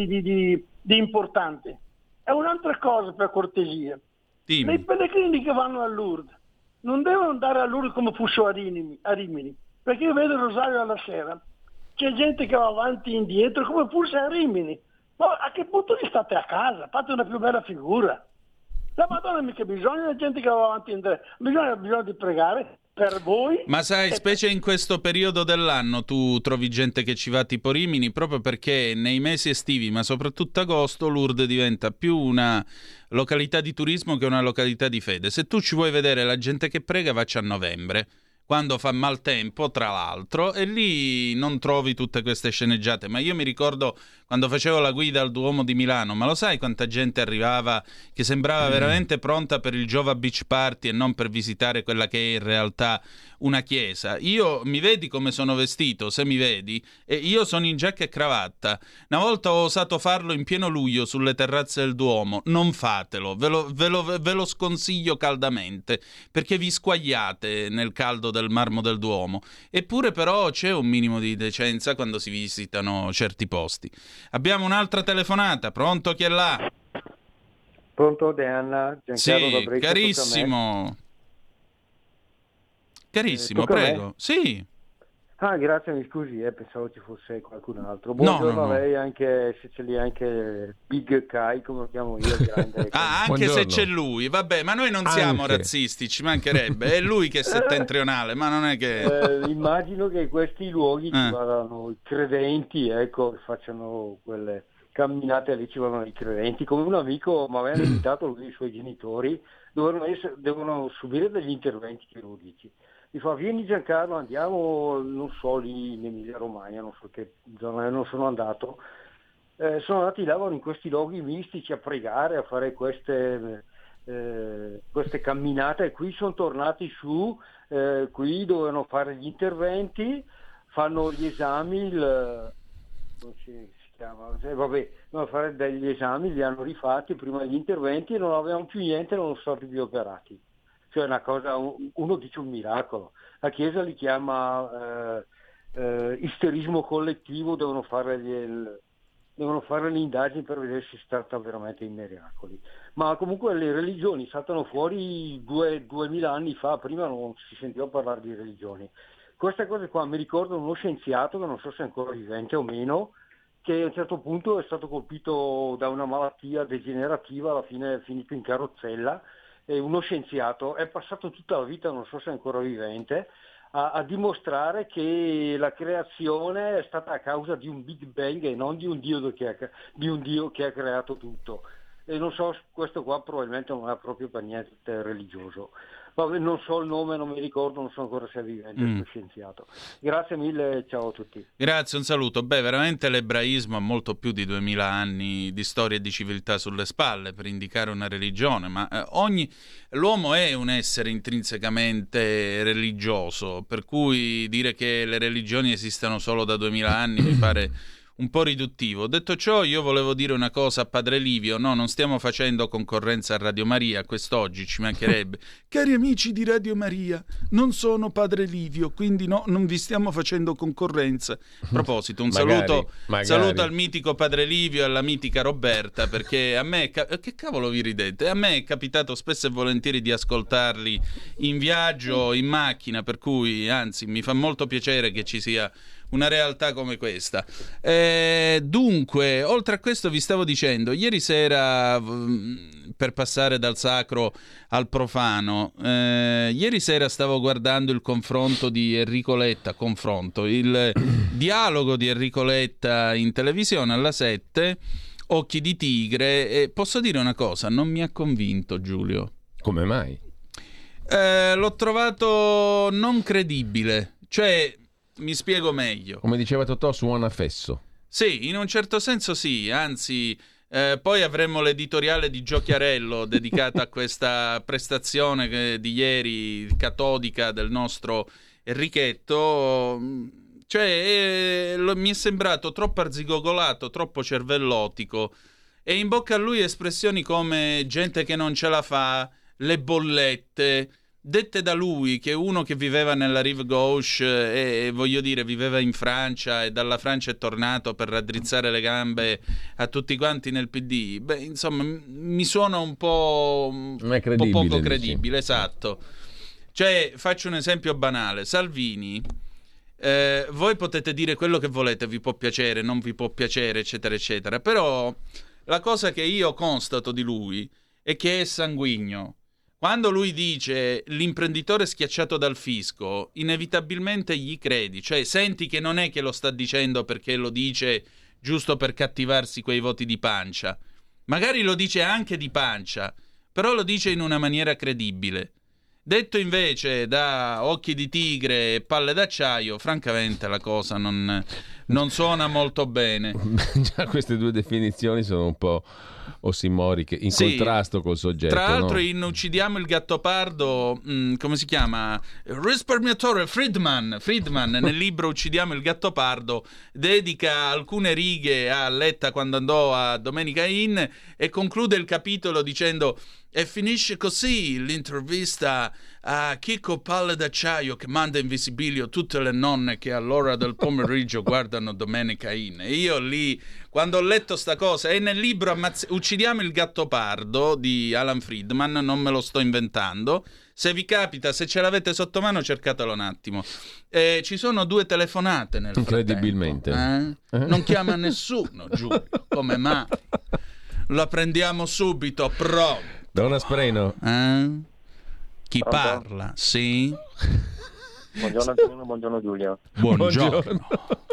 importante. È un'altra cosa, per cortesia. Dimmi. I pellegrini che vanno a Lourdes non devono andare a Lourdes come fossero a Rimini, perché io vedo il rosario alla sera, c'è gente che va avanti e indietro come fosse a Rimini. Ma a che punto vi state a casa? Fate una più bella figura. La Madonna mica bisogna di gente che va avanti e indietro, bisogna di pregare per voi. Ma sai, specie in questo periodo dell'anno tu trovi gente che ci va tipo Rimini, proprio perché nei mesi estivi, ma soprattutto agosto, Lourdes diventa più una località di turismo che una località di fede. Se tu ci vuoi vedere la gente che prega, vacci a novembre, quando fa maltempo, tra l'altro, e lì non trovi tutte queste sceneggiate. Ma io mi ricordo quando facevo la guida al Duomo di Milano, ma lo sai quanta gente arrivava che sembrava veramente pronta per il Giova Beach Party e non per visitare quella che è in realtà una chiesa. Io mi vedi come sono vestito, se mi vedi, e io sono in giacca e cravatta. Una volta ho osato farlo in pieno luglio sulle terrazze del Duomo. Non fatelo, ve lo sconsiglio caldamente, perché vi squagliate nel caldo del marmo del Duomo. Eppure però c'è un minimo di decenza quando si visitano certi posti. Abbiamo un'altra telefonata, pronto, chi è là? Pronto, Deanna? Sì, carissimo. Carissimo, prego. Sì. Ah, grazie, mi scusi, pensavo ci fosse qualcun altro. Buongiorno a lei, anche se c'è lì anche Big Kai, come lo chiamo io. Grande. Anche Buongiorno. se c'è lui, vabbè, ma noi non siamo razzisti, ci mancherebbe. È lui che è settentrionale, ma non è che... immagino che in questi luoghi ci vadano i credenti, ecco, facciano quelle camminate lì, ci vanno i credenti. Come un amico mi aveva invitato, lui e i suoi genitori, devono subire degli interventi chirurgici. Mi fa: vieni Giancarlo, andiamo, non so, lì in Emilia Romagna, non so che zona, non sono andato. sono andati là in questi luoghi mistici a pregare, a fare queste camminate, e qui sono tornati su, qui dovevano fare gli interventi, fanno gli esami, non si chiama, dovevano fare degli esami, li hanno rifatti prima degli interventi e non avevano più niente, non sono stati più operati. Cioè una cosa, uno dice un miracolo. La Chiesa li chiama isterismo collettivo, devono fare le indagini per vedere se si tratta veramente di miracoli. Ma comunque le religioni saltano fuori 2000 anni fa, prima non si sentiva parlare di religioni. Queste cose qua mi ricordo uno scienziato, che non so se è ancora vivente o meno, che a un certo punto è stato colpito da una malattia degenerativa, alla fine è finito in carrozzella, e uno scienziato è passato tutta la vita, non so se è ancora vivente, a dimostrare che la creazione è stata a causa di un Big Bang e non di un Dio che ha creato tutto. E non so, questo qua probabilmente non è proprio per niente religioso. Vabbè, non so il nome, non mi ricordo, non so ancora se è vivente questo scienziato. Grazie mille, ciao a tutti. Grazie, un saluto. Beh, veramente l'ebraismo ha molto più di 2000 anni di storia e di civiltà sulle spalle per indicare una religione, ma l'uomo è un essere intrinsecamente religioso, per cui dire che le religioni esistano solo da 2000 anni mi pare un po' riduttivo. Detto ciò, io volevo dire una cosa a Padre Livio. No, non stiamo facendo concorrenza a Radio Maria quest'oggi, ci mancherebbe. Cari amici di Radio Maria, non sono Padre Livio, quindi no, non vi stiamo facendo concorrenza. A proposito, un saluto al mitico Padre Livio e alla mitica Roberta, perché a me, che cavolo vi ridete? A me è capitato spesso e volentieri di ascoltarli in viaggio, in macchina, per cui anzi mi fa molto piacere che ci sia una realtà come questa. Dunque, oltre a questo vi stavo dicendo, ieri sera, per passare dal sacro al profano, ieri sera stavo guardando il confronto di Enrico Letta, il dialogo di Enrico Letta in televisione alla 7, Occhi di Tigre, e posso dire una cosa, non mi ha convinto, Giulio. Come mai? L'ho trovato non credibile, cioè mi spiego meglio. Come diceva Totò, suona fesso. Sì, in un certo senso sì, anzi poi avremo l'editoriale di Giochiarello dedicata a questa prestazione di ieri catodica del nostro Enrichetto. Cioè mi è sembrato troppo arzigogolato, troppo cervellotico, e in bocca a lui espressioni come gente che non ce la fa, le bollette, dette da lui, che è uno che viveva nella Rive Gauche e voglio dire viveva in Francia e dalla Francia è tornato per raddrizzare le gambe a tutti quanti nel PD. Beh, insomma, mi suona un po' poco credibile, esatto. Cioè, faccio un esempio banale. Salvini, voi potete dire quello che volete, vi può piacere, non vi può piacere, eccetera, eccetera, però la cosa che io constato di lui è che è sanguigno. Quando lui dice l'imprenditore schiacciato dal fisco, inevitabilmente gli credi, cioè senti che non è che lo sta dicendo perché lo dice giusto per cattivarsi quei voti di pancia. Magari lo dice anche di pancia, però lo dice in una maniera credibile. Detto invece da Occhi di Tigre e Palle d'acciaio, francamente la cosa non suona molto bene. Già queste due definizioni sono un po' ossimoriche, in contrasto col soggetto. Tra l'altro, no? in Uccidiamo il Gattopardo, come si chiama? Risparmiatore Friedman nel libro Uccidiamo il Gattopardo dedica alcune righe a Letta quando andò a Domenica Inn e conclude il capitolo dicendo: e finisce così l'intervista a Chicco Palle d'acciaio che manda in visibilio tutte le nonne che all'ora del pomeriggio guardano Domenica Inn. E io lì, quando ho letto sta cosa, è nel libro Uccidiamo il Gattopardo di Alan Friedman, non me lo sto inventando. Se vi capita, se ce l'avete sotto mano, cercatelo un attimo. Ci sono 2 telefonate nel frattempo. Incredibilmente. Non chiama nessuno, Giulio. Come mai? La prendiamo subito, pronto. Donna Spreno. Chi parla? Sì? Buongiorno Antonino, buongiorno Giulio. Buongiorno.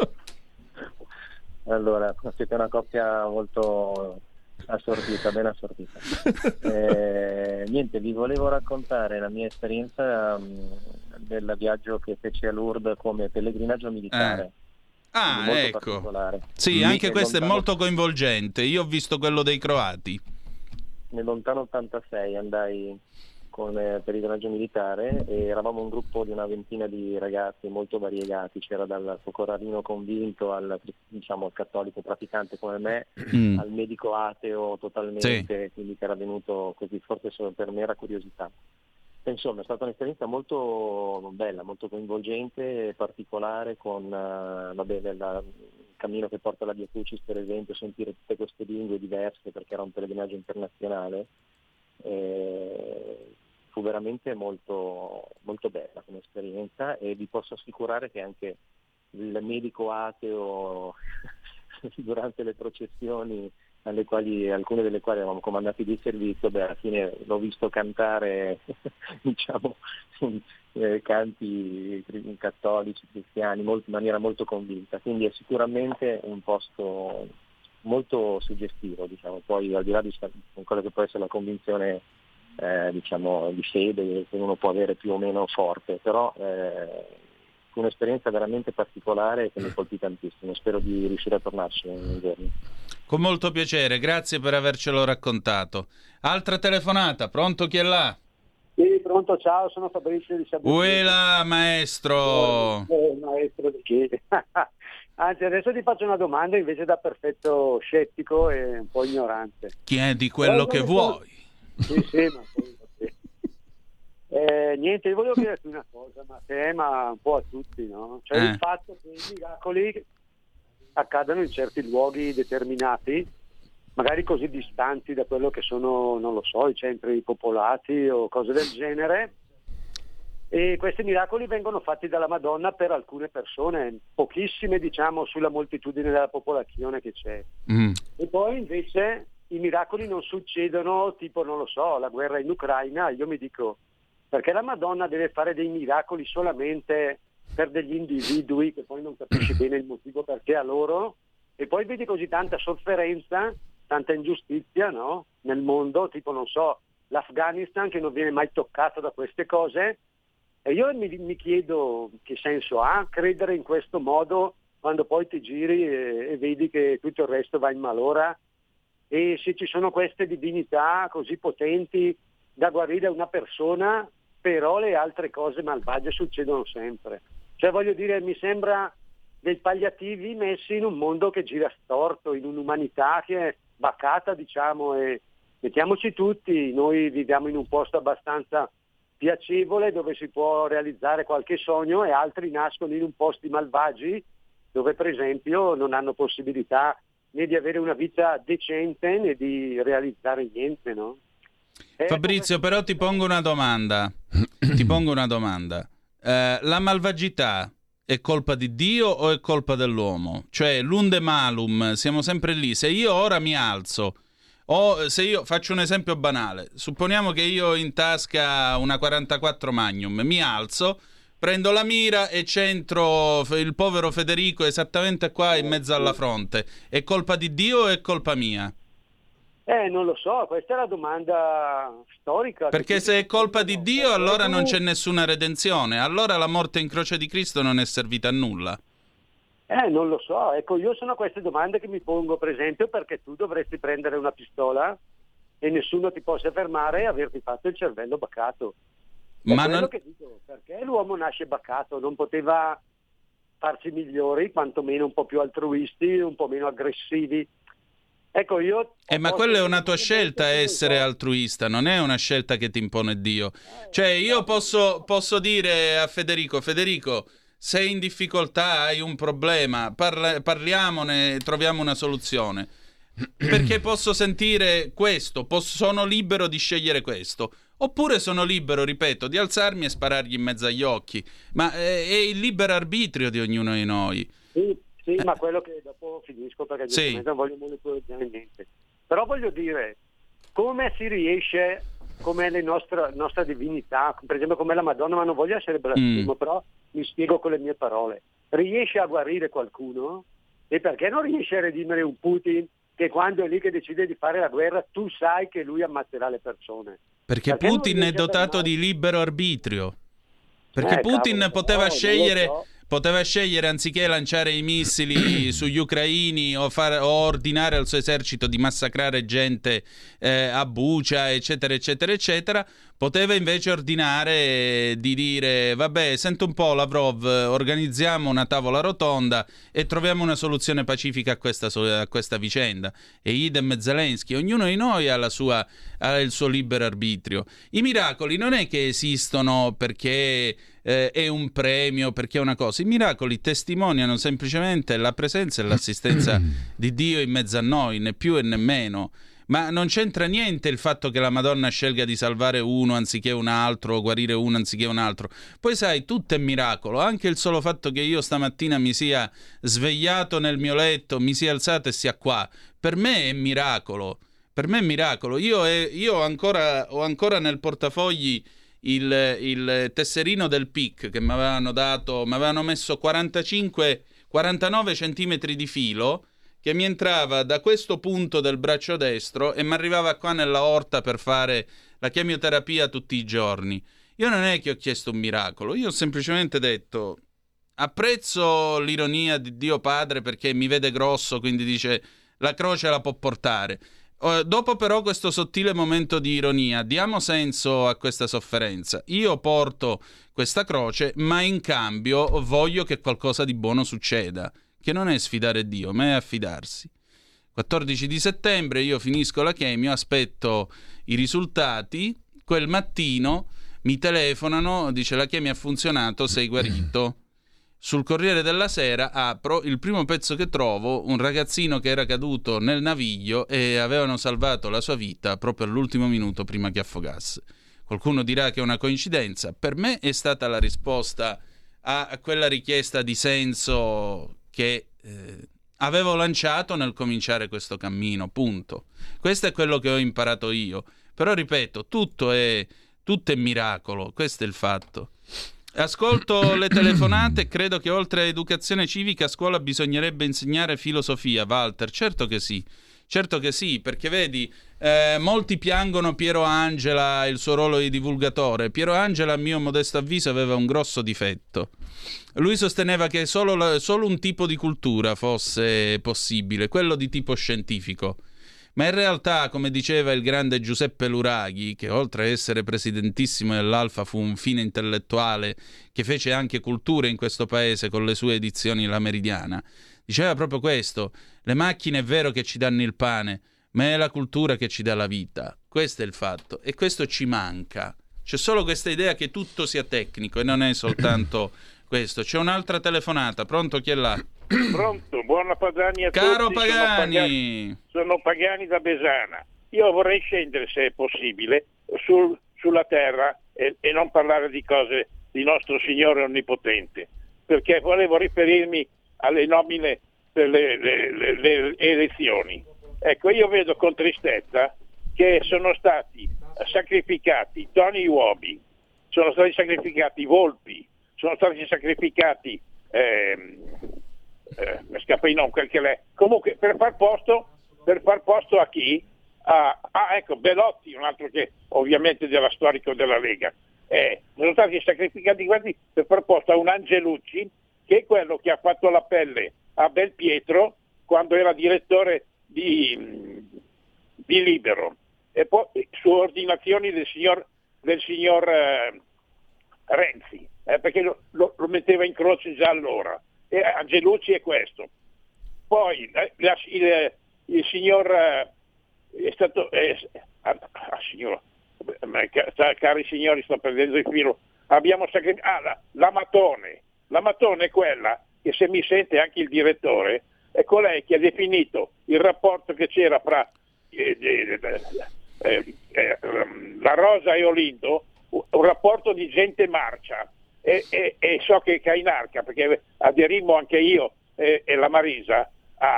Allora, siete una coppia molto assortita, ben assortita. Niente, vi volevo raccontare la mia esperienza del viaggio che feci a Lourdes come pellegrinaggio militare. Ah, molto ecco. particolare. Sì, anche questo è molto coinvolgente. Io ho visto quello dei croati. Nel lontano 86 andai per il viaggio militare e eravamo un gruppo di una ventina di ragazzi molto variegati, c'era dal focorarino convinto al cattolico praticante come me, al medico ateo totalmente, quindi che era venuto così, forse solo per mera curiosità. Insomma, è stata un'esperienza molto bella, molto coinvolgente, particolare, con il cammino che porta alla Via Crucis, per esempio, sentire tutte queste lingue diverse perché era un pellegrinaggio internazionale. Fu veramente molto, molto bella come esperienza e vi posso assicurare che anche il medico ateo durante le processioni, alcune delle quali eravamo comandati di servizio, alla fine l'ho visto cantare canti cattolici, cristiani, in maniera molto convinta, quindi è sicuramente un posto molto suggestivo, poi al di là di quello che può essere la convinzione di fede che uno può avere più o meno forte, però fu un'esperienza veramente particolare che mi colpì tantissimo. Spero di riuscire a tornarci un giorno. Con molto piacere, grazie per avercelo raccontato. Altra telefonata, pronto, chi è là? Sì, pronto, ciao, sono Fabrizio di Sabrina. Uela, maestro! Maestro di che? Anzi, adesso ti faccio una domanda invece da perfetto scettico e un po' ignorante. Chiedi quello che vuoi. Sì, ma poi niente, io volevo chiederti una cosa, ma a te, ma un po' a tutti, no? Cioè il fatto che i miracoli accadano in certi luoghi determinati, magari così distanti da quello che sono, non lo so, i centri popolati o cose del genere, e questi miracoli vengono fatti dalla Madonna per alcune persone, pochissime sulla moltitudine della popolazione che c'è. E poi invece i miracoli non succedono, tipo, non lo so, la guerra in Ucraina. Io mi dico, perché la Madonna deve fare dei miracoli solamente per degli individui che poi non capisci bene il motivo perché a loro, e poi vedi così tanta sofferenza, tanta ingiustizia, no? Nel mondo, tipo, non so, l'Afghanistan che non viene mai toccato da queste cose, e io mi chiedo che senso ha credere in questo modo quando poi ti giri e vedi che tutto il resto va in malora. E se ci sono queste divinità così potenti da guarire una persona, però le altre cose malvagie succedono sempre. Cioè, voglio dire, mi sembra dei palliativi messi in un mondo che gira storto, in un'umanità che è bacata, e mettiamoci tutti, noi viviamo in un posto abbastanza piacevole dove si può realizzare qualche sogno, e altri nascono in un posti malvagi dove per esempio non hanno possibilità né di avere una vita decente né di realizzare niente, no? Fabrizio, però ti pongo una domanda. La malvagità è colpa di Dio o è colpa dell'uomo? Cioè, l'unde malum, siamo sempre lì. Se io ora mi alzo, o se io faccio un esempio banale, supponiamo che io ho in tasca una 44 Magnum, mi alzo, prendo la mira e centro il povero Federico esattamente qua in mezzo alla fronte. È colpa di Dio o è colpa mia? Non lo so, questa è la domanda storica. Perché se è colpa di Dio, allora non c'è nessuna redenzione. Allora la morte in croce di Cristo non è servita a nulla. Non lo so, ecco, io sono queste domande che mi pongo, per esempio, perché tu dovresti prendere una pistola e nessuno ti possa fermare e averti fatto il cervello bacato. Ma quello che dico, perché l'uomo nasce bacato, non poteva farsi migliori, quantomeno un po' più altruisti, un po' meno aggressivi. Ecco, io... ma quella è una tua scelta, essere altruista, non è una scelta che ti impone Dio. Cioè, io posso dire a Federico, sei in difficoltà, hai un problema, parliamone, troviamo una soluzione. Perché posso sentire questo, sono libero di scegliere questo. Oppure sono libero, ripeto, di alzarmi e sparargli in mezzo agli occhi. Ma è il libero arbitrio di ognuno di noi. Sì, ma quello che dopo finisco, perché giustamente non voglio monopolizzare niente. Però voglio dire, come si riesce, come le nostra divinità, per esempio come la Madonna, ma non voglio essere blasfemo, però mi spiego con le mie parole. Riesce a guarire qualcuno? E perché non riesce a redimere un Putin che quando è lì che decide di fare la guerra, tu sai che lui ammazzerà le persone? Perché Putin è dotato di libero arbitrio. Perché Putin poteva scegliere... poteva scegliere, anziché lanciare i missili sugli ucraini o ordinare al suo esercito di massacrare gente a Bucha, eccetera, eccetera, eccetera, poteva invece ordinare di dire: vabbè, sento un po', Lavrov, organizziamo una tavola rotonda e troviamo una soluzione pacifica a questa vicenda. E idem Zelensky, ognuno di noi ha il suo libero arbitrio. I miracoli non è che esistono perché è un premio, perché è una cosa. I miracoli testimoniano semplicemente la presenza e l'assistenza di Dio in mezzo a noi, né più e né meno. Ma non c'entra niente il fatto che la Madonna scelga di salvare uno anziché un altro, o guarire uno anziché un altro. Poi sai, tutto è miracolo. Anche il solo fatto che io stamattina mi sia svegliato nel mio letto, mi sia alzato e sia qua, per me è miracolo. Per me è miracolo. Io ho ancora nel portafogli il tesserino del PIC che mi avevano dato, mi avevano messo 49 centimetri di filo che mi entrava da questo punto del braccio destro e mi arrivava qua nella orta per fare la chemioterapia tutti i giorni. Io non è che ho chiesto un miracolo, io ho semplicemente detto: apprezzo l'ironia di Dio Padre perché mi vede grosso, quindi dice la croce la può portare. Dopo però questo sottile momento di ironia, diamo senso a questa sofferenza. Io porto questa croce, ma in cambio voglio che qualcosa di buono succeda, che non è sfidare Dio, ma è affidarsi. 14 di settembre io finisco la chemio, aspetto i risultati, quel mattino mi telefonano, dice la chemio ha funzionato, sei guarito. Sul Corriere della Sera apro, il primo pezzo che trovo, un ragazzino che era caduto nel naviglio e avevano salvato la sua vita proprio all'ultimo minuto prima che affogasse. Qualcuno dirà che è una coincidenza, per me è stata la risposta a quella richiesta di senso che avevo lanciato nel cominciare questo cammino, punto. Questo è quello che ho imparato io, però ripeto, tutto è miracolo, questo è il fatto. Ascolto le telefonate, credo che oltre a educazione civica a scuola bisognerebbe insegnare filosofia, Walter. Certo che sì, perché vedi, molti piangono Piero Angela e il suo ruolo di divulgatore. Piero Angela, a mio modesto avviso, aveva un grosso difetto. Lui sosteneva che solo un tipo di cultura fosse possibile, quello di tipo scientifico. Ma in realtà, come diceva il grande Giuseppe Luraghi, che oltre a essere presidentissimo dell'Alfa fu un fine intellettuale che fece anche cultura in questo paese con le sue edizioni La Meridiana, diceva proprio questo: le macchine è vero che ci danno il pane, ma è la cultura che ci dà la vita. Questo è il fatto, e questo ci manca. C'è solo questa idea che tutto sia tecnico e non è soltanto questo. C'è un'altra telefonata, pronto, chi è là? Pronto, buona Pagani a Caro tutti. Pagani. Sono Pagani da Besana. Io vorrei scendere, se è possibile, sulla terra e non parlare di cose di nostro Signore Onnipotente, perché volevo riferirmi alle nomine per le elezioni. Ecco, io vedo con tristezza che sono stati sacrificati Tony Iwobi, sono stati sacrificati Volpi, sono stati sacrificati mi scappa il nome, quel che l'è. Comunque per far posto a chi? Ecco, Belotti, un altro che ovviamente della storico della Lega. Sono stati sacrificati questi per far posto a un Angelucci, che è quello che ha fatto la pelle a Belpietro quando era direttore di Libero, e poi su ordinazioni del signor Renzi, perché lo metteva in croce già allora. E Angelucci è questo. Poi il signor è stato signor, cari signori, sto perdendo il filo. Abbiamo sacrificato la Matone è quella che, se mi sente anche il direttore, è colei che ha definito il rapporto che c'era fra la Rosa e Olindo, un rapporto di gente marcia. E so che Cainarca, perché aderimmo anche io e la Marisa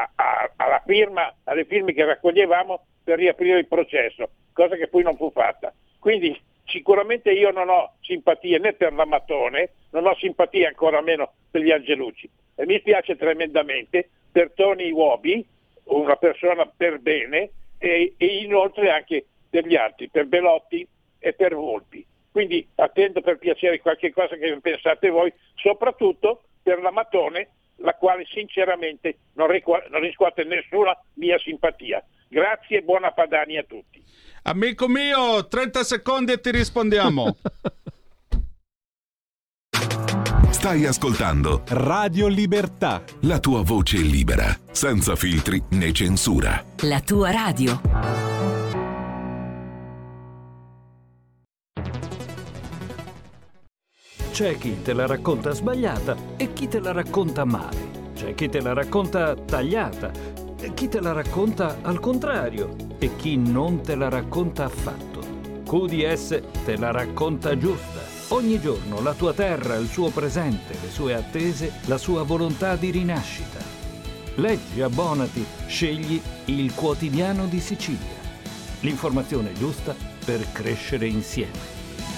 alle firme che raccoglievamo per riaprire il processo, cosa che poi non fu fatta. Quindi sicuramente io non ho simpatie né per la Matone, non ho simpatia ancora meno per gli Angelucci, e mi spiace tremendamente per Tony Iwobi, una persona per bene, e inoltre anche per gli altri, per Belotti e per Volpi. Quindi attendo per piacere qualche cosa che pensate voi, soprattutto per la Matone, la quale sinceramente non riscuote nessuna mia simpatia. Grazie e buona Padania a tutti. Amico mio, 30 secondi e ti rispondiamo. Stai ascoltando Radio Libertà, la tua voce libera, senza filtri né censura. La tua radio. C'è chi te la racconta sbagliata e chi te la racconta male. C'è chi te la racconta tagliata e chi te la racconta al contrario e chi non te la racconta affatto. QDS te la racconta giusta. Ogni giorno la tua terra, il suo presente, le sue attese, la sua volontà di rinascita. Leggi, abbonati, scegli il Quotidiano di Sicilia. L'informazione giusta per crescere insieme.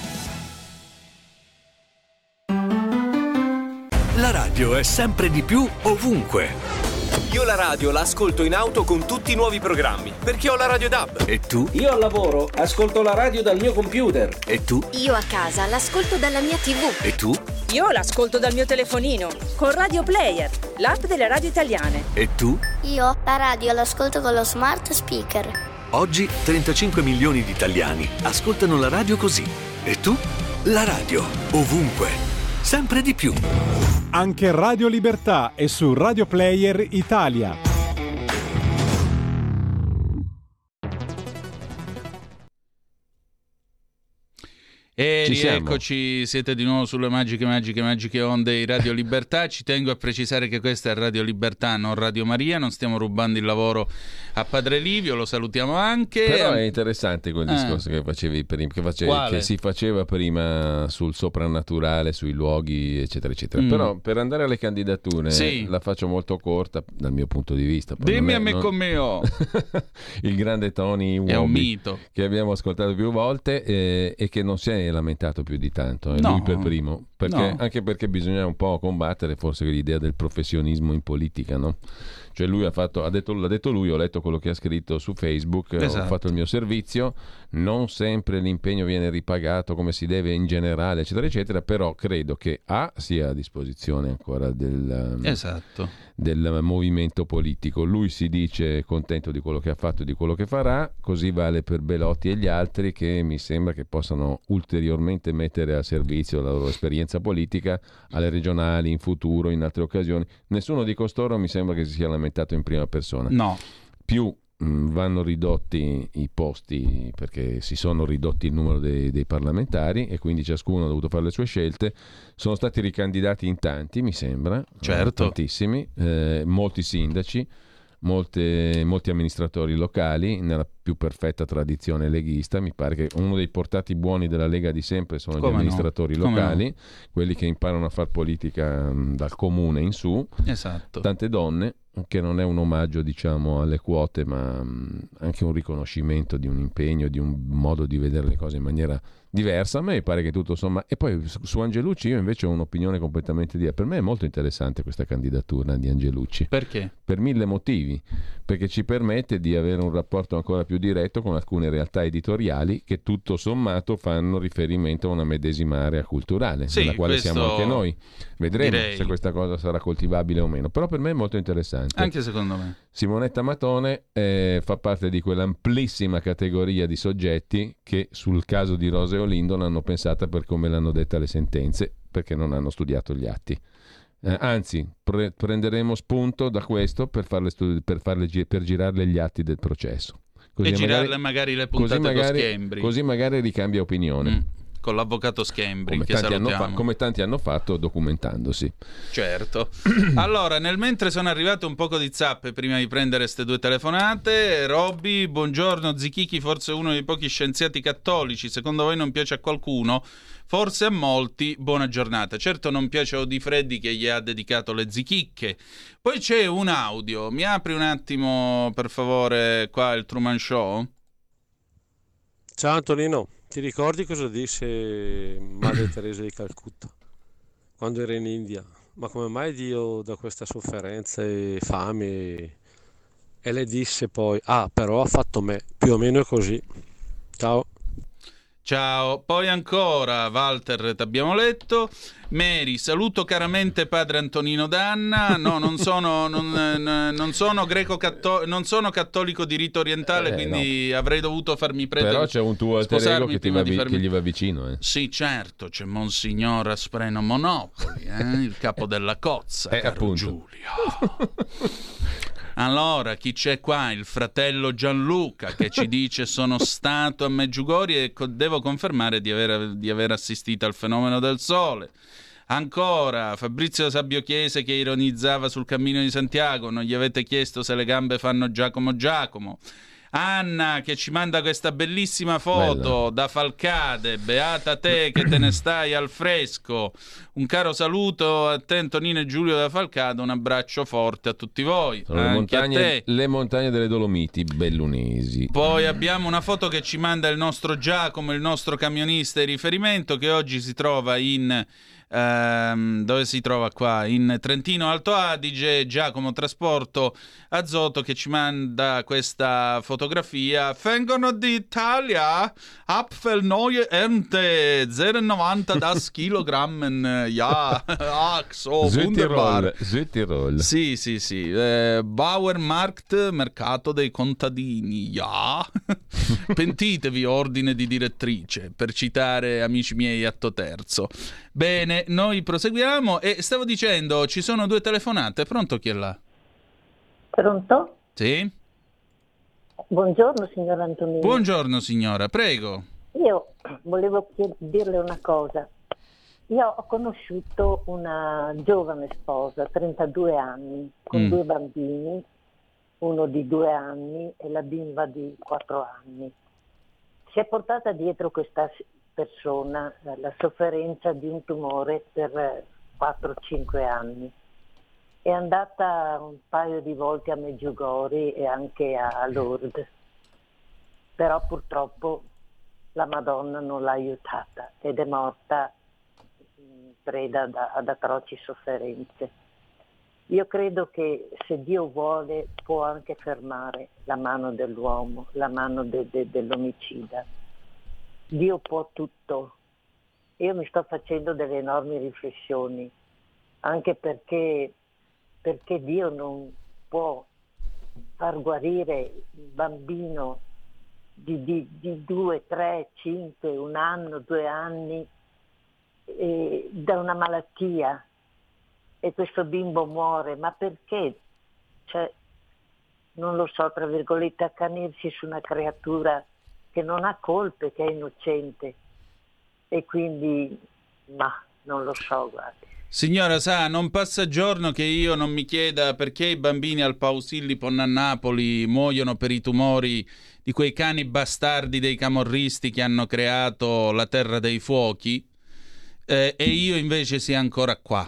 La radio è sempre di più ovunque. Io la radio la ascolto in auto con tutti i nuovi programmi, perché ho la Radio DAB. E tu? Io al lavoro ascolto la radio dal mio computer. E tu? Io a casa l'ascolto dalla mia TV. E tu? Io l'ascolto dal mio telefonino, con Radio Player, l'app delle radio italiane. E tu? Io la radio l'ascolto con lo smart speaker. Oggi 35 milioni di italiani ascoltano la radio così. E tu? La radio, ovunque, sempre di più. Anche Radio Libertà è su Radio Player Italia. E rieccoci, siete di nuovo sulle magiche onde di Radio Libertà. Ci tengo a precisare che questa è Radio Libertà, non Radio Maria. Non stiamo rubando il lavoro a Padre Livio, lo salutiamo anche. Però è interessante quel discorso che facevi prima, che si faceva prima sul soprannaturale, sui luoghi, eccetera, eccetera. Però per andare alle candidature la faccio molto corta dal mio punto di vista. Dimmi amico mio. Il grande Tony Uobi, è un mito che abbiamo ascoltato più volte e che non si è lamentato più di tanto, lui per primo, perché, anche perché bisogna un po' combattere forse l'idea del professionismo in politica, no? Cioè lui l'ha detto lui, ho letto quello che ha scritto su Facebook, Ho fatto il mio servizio, non sempre l'impegno viene ripagato come si deve in generale, eccetera, eccetera, però credo che sia a disposizione ancora del movimento politico. Lui si dice contento di quello che ha fatto e di quello che farà, così vale per Belotti e gli altri che mi sembra che possano ulteriormente mettere a servizio la loro esperienza politica alle regionali, in futuro, in altre occasioni. Nessuno di costoro mi sembra che si sia lamentato in prima persona. No. Più vanno ridotti i posti, perché si sono ridotti il numero dei parlamentari e quindi ciascuno ha dovuto fare le sue scelte. Sono stati ricandidati in tanti, mi sembra, tantissimi, molti sindaci, molti amministratori locali nella più perfetta tradizione leghista. Mi pare che uno dei portati buoni della Lega di sempre sono gli amministratori locali, quelli che imparano a far politica dal comune in su. Tante donne, che non è un omaggio diciamo alle quote, ma anche un riconoscimento di un impegno, di un modo di vedere le cose in maniera diversa. A me pare che tutto insomma. E poi su Angelucci io invece ho un'opinione completamente diversa. Per me è molto interessante questa candidatura di Angelucci. Perché? Per 1000 motivi. Perché ci permette di avere un rapporto ancora più diretto con alcune realtà editoriali che tutto sommato fanno riferimento a una medesima area culturale, nella quale siamo anche noi. Vedremo se questa cosa sarà coltivabile o meno, però per me è molto interessante. Anche secondo me. Simonetta Matone fa parte di quell'amplissima categoria di soggetti che sul caso di Rose Olindo l'hanno pensata per come l'hanno detta le sentenze, perché non hanno studiato gli atti. Anzi, prenderemo spunto da questo per girarle gli atti del processo. Così e girarle magari le puntate con Schembri. Così magari ricambia opinione. Con l'avvocato Schembri, come tanti hanno fatto documentandosi. Certo. Allora, nel mentre sono arrivate un poco di zappe prima di prendere queste due telefonate. Robby, buongiorno. Zichichi forse uno dei pochi scienziati cattolici. Secondo voi non piace a qualcuno? Forse a molti. Buona giornata. Certo non piace a Odifreddi che gli ha dedicato le zichicche. Poi c'è un audio. Mi apri un attimo per favore qua il Truman Show? Ciao Antonino. Ti ricordi cosa disse Madre Teresa di Calcutta quando era in India? Ma come mai Dio dà questa sofferenza e fame? E lei disse poi, però ha fatto me, più o meno è così. Ciao. Ciao. Poi ancora, Walter, t'abbiamo letto. Mary, saluto caramente padre Antonino Danna. No, non sono non sono cattolico di rito orientale, quindi avrei dovuto farmi prendere. Però c'è un tuo alter ego che gli va vicino. Sì, certo, c'è Monsignor Aspreno Monopoli, il capo della cozza, caro appunto. Giulio. Allora, chi c'è qua? Il fratello Gianluca che ci dice: sono stato a Medjugorje e devo confermare di aver assistito al fenomeno del sole. Ancora, Fabrizio Sabbio Chiese che ironizzava sul Cammino di Santiago: non gli avete chiesto se le gambe fanno Giacomo. Anna che ci manda questa bellissima foto da Falcade, beata te che te ne stai al fresco. Un caro saluto a te Antonino e Giulio da Falcade, un abbraccio forte a tutti voi. Sono le montagne delle Dolomiti bellunesi. Poi abbiamo una foto che ci manda il nostro Giacomo, il nostro camionista di riferimento, che oggi si trova in dove si trova qua? In Trentino Alto Adige. Giacomo Trasporto Azoto che ci manda questa fotografia. Vengono d'Italia, Apfel neue Ernte 0,90 das Kilogrammen, ja, so wunderbar. Südtirol. Sì. Bauermarkt, mercato dei contadini, ja. Pentitevi, ordine di direttrice, per citare amici miei Atto Terzo. Bene, noi proseguiamo e stavo dicendo, ci sono 2 telefonate. Pronto, chi è là? Pronto? Sì? Buongiorno signor Antonino. Buongiorno signora, prego. Io volevo dirle una cosa. Io ho conosciuto una giovane sposa, 32 anni, con 2 bambini, uno di 2 anni e la bimba di 4 anni. Si è portata dietro questa persona la sofferenza di un tumore per 4-5 anni. È andata un paio di volte a Medjugorje e anche a Lourdes, però purtroppo la Madonna non l'ha aiutata ed è morta preda ad atroci sofferenze. Io credo che se Dio vuole può anche fermare la mano dell'uomo, la mano dell'omicida. Dio può tutto. Io mi sto facendo delle enormi riflessioni, anche perché Dio non può far guarire il bambino di 2, 3, 5, 1 anno, 2 anni da una malattia e questo bimbo muore. Ma perché? Cioè, non lo so, tra virgolette, accanirsi su una creatura che non ha colpe, che è innocente, e quindi non lo so, guardi. Signora, sa, non passa giorno che io non mi chieda perché i bambini al Pausillipon a Napoli muoiono per i tumori di quei cani bastardi dei camorristi che hanno creato la Terra dei Fuochi, e io invece sia ancora qua.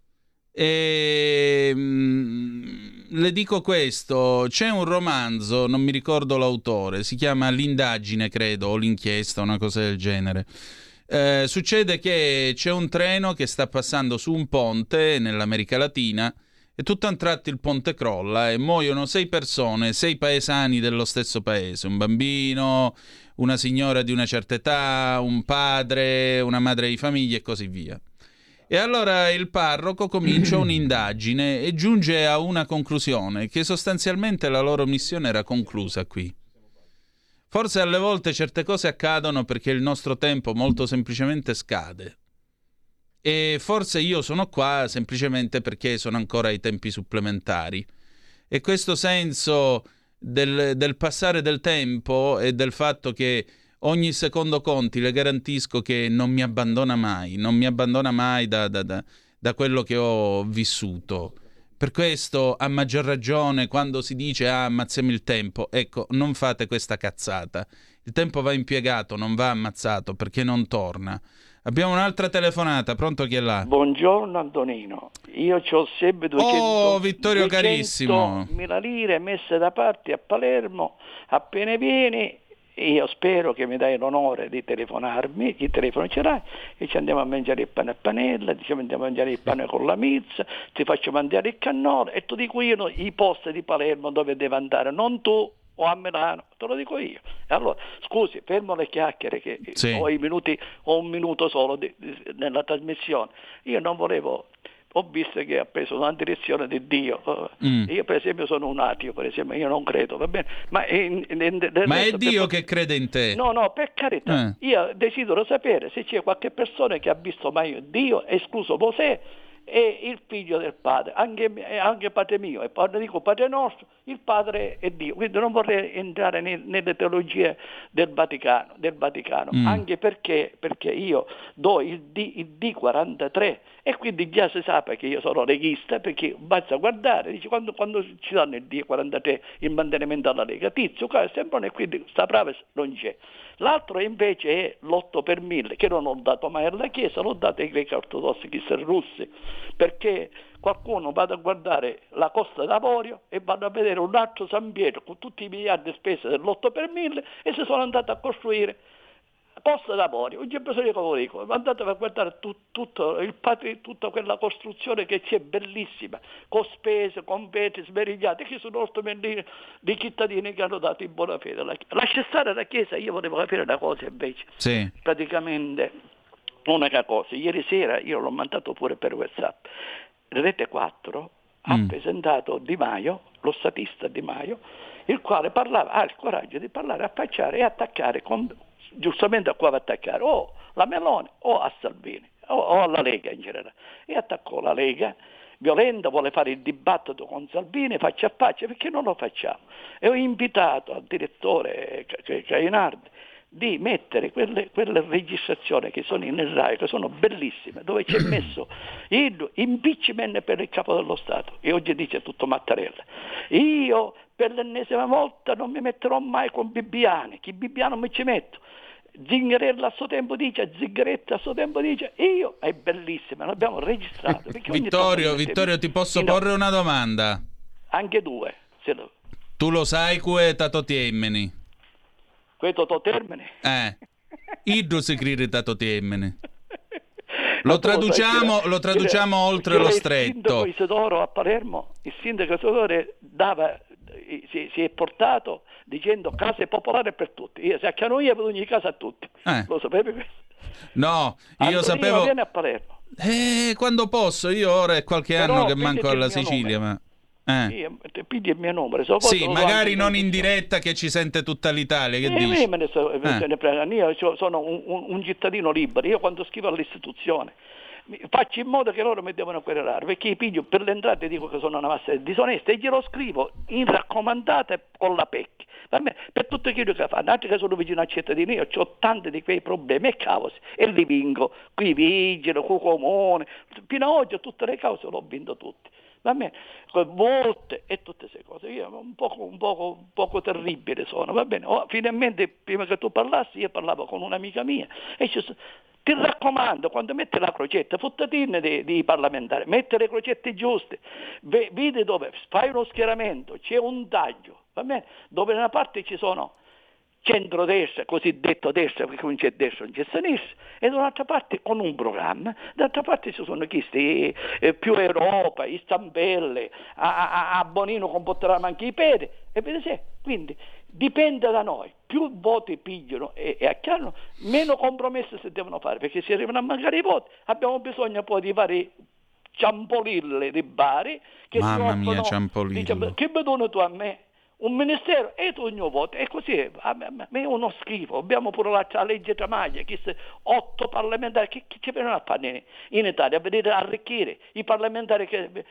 Le dico questo: c'è un romanzo, non mi ricordo l'autore, si chiama L'indagine, credo, o l'inchiesta, una cosa del genere. Succede che c'è un treno che sta passando su un ponte nell'America Latina e tutto a un tratto il ponte crolla e muoiono 6 persone, 6 paesani dello stesso paese, un bambino, una signora di una certa età, un padre, una madre di famiglia e così via. E allora il parroco comincia un'indagine e giunge a una conclusione, che sostanzialmente la loro missione era conclusa qui. Forse alle volte certe cose accadono perché il nostro tempo molto semplicemente scade. E forse io sono qua semplicemente perché sono ancora ai tempi supplementari. E questo senso del passare del tempo e del fatto che ogni secondo conti, le garantisco che non mi abbandona mai da quello che ho vissuto. Per questo, a maggior ragione, quando si dice ammazziamo il tempo, ecco, non fate questa cazzata. Il tempo va impiegato, non va ammazzato, perché non torna. Abbiamo un'altra telefonata, pronto, chi è là? Buongiorno Antonino, io c'ho sempre 200 Vittorio carissimo, lire messe da parte a Palermo, appena vieni. Io spero che mi dai l'onore di telefonarmi, il telefono ce l'hai, e ci andiamo a mangiare il pane a panella, diciamo andiamo a mangiare il pane con la mizza, ti faccio mangiare il cannolo e tu dico io i posti di Palermo dove devo andare, non tu. o a Milano, te lo dico io. E allora, scusi, fermo le chiacchiere che ho un minuto solo nella trasmissione. Io non volevo, ho visto che ha preso una direzione di Dio. Io per esempio sono un ateo, per esempio, io non credo, va bene? Ma è Dio che crede in te? No, per carità. Io desidero sapere se c'è qualche persona che ha visto mai Dio, escluso Mosè e il figlio del padre, anche padre mio, e quando dico padre nostro, il padre è Dio, quindi non vorrei entrare nelle teologie del Vaticano, anche perché io do il D43 e quindi già si sa che io sono leghista, perché basta guardare, dice quando ci danno il D43 il mantenimento alla Lega, Tizio, sempre, e quindi sta brava non c'è. L'altro invece è l'8 per 1000, che non ho dato mai alla Chiesa, l'ho dato ai greci ortodossi, chissà russi, perché qualcuno vada a guardare la Costa d'Avorio e vanno a vedere un altro San Pietro con tutti i miliardi spesi dell'8 per 1000 e si sono andati a costruire Costa d'Avorio. Non c'è bisogno che lo dico, andate a guardare tutta quella costruzione che c'è, bellissima, con spese, con vetri sverigliati, che sono strumenti di cittadini che hanno dato in buona fede. Lascia stare la Chiesa, io volevo capire una cosa invece. Sì. Praticamente, un'unica cosa, ieri sera io l'ho mandato pure per WhatsApp. Rete 4 ha presentato Di Maio, lo statista Di Maio, il quale ha il coraggio di parlare, affacciare e attaccare giustamente a qua va a attaccare o la Meloni o a Salvini o alla Lega in generale, e attaccò la Lega violenta, vuole fare il dibattito con Salvini faccia a faccia, perché non lo facciamo, e ho invitato al direttore Cainardi di mettere quelle registrazioni che sono in Rai, che sono bellissime, dove c'è messo il impeachment per il capo dello Stato, e oggi dice tutto Mattarella. Io per l'ennesima volta non mi metterò mai con Bibbiani, chi Bibbiano mi ci metto. Zingarella a suo tempo dice, Zingaretta a suo tempo dice, io, è bellissima, l'abbiamo registrato. Vittorio, ti posso porre una domanda? Anche due. Tu lo sai che è Tato Tiemmeni? Questo termine? Idro si scrive Tato Tiemmeni. Lo traduciamo oltre lo stretto. Il sindaco Isidoro a Palermo, il sindaco Isidoro si è portato dicendo case popolari per tutti. Io se a Chianoia per ogni casa a tutti. Lo sapevi questo? No, io sapevo. Viene a Palermo. Quando posso, io ora è qualche anno che manco alla Sicilia, ma pigli il mio numero. Sì, magari non in diretta che ci sente tutta l'Italia. Che dici? Io sono un cittadino libero. Io quando scrivo all'istituzione faccio in modo che loro mi devono querelare, perché io piglio per le entrate e dico che sono una massa disonesta e glielo scrivo in raccomandata con la PEC. Per tutto quello che fanno, altri che sono vicino al cittadino, io ho tanti di quei problemi e cause, e li vinco, qui vigili, qui comune, fino ad oggi tutte le cause le ho vinto tutte. Va bene, con volte e tutte queste cose, io un poco terribile sono, va bene. Finalmente, prima che tu parlassi, io parlavo con un'amica mia e ti raccomando, quando metti la crocetta, fottatine di parlamentari, metti le crocette giuste, vedi dove fai uno schieramento, c'è un taglio, va bene, dove da una parte ci sono centrodestra, cosiddetto destra, perché non c'è destra, non c'è sinistra, e da un'altra parte con un programma, dall'altra parte ci sono chi più Europa, i stampelle, a Bonino comporterà anche i piedi, e vedete, quindi dipende da noi, più voti pigliano e acchiarano, meno compromessi si devono fare, perché se arrivano a mancare i voti abbiamo bisogno poi di vari Ciampolille di Bari che mamma mia, Ciampolillo, diciamo, che mi doni tu a me un ministero e tu il mio voto, e così a me è uno schifo. Abbiamo pure la legge Tremaglia, 8 parlamentari che ci vengono a fare in Italia, a vedere arricchire i parlamentari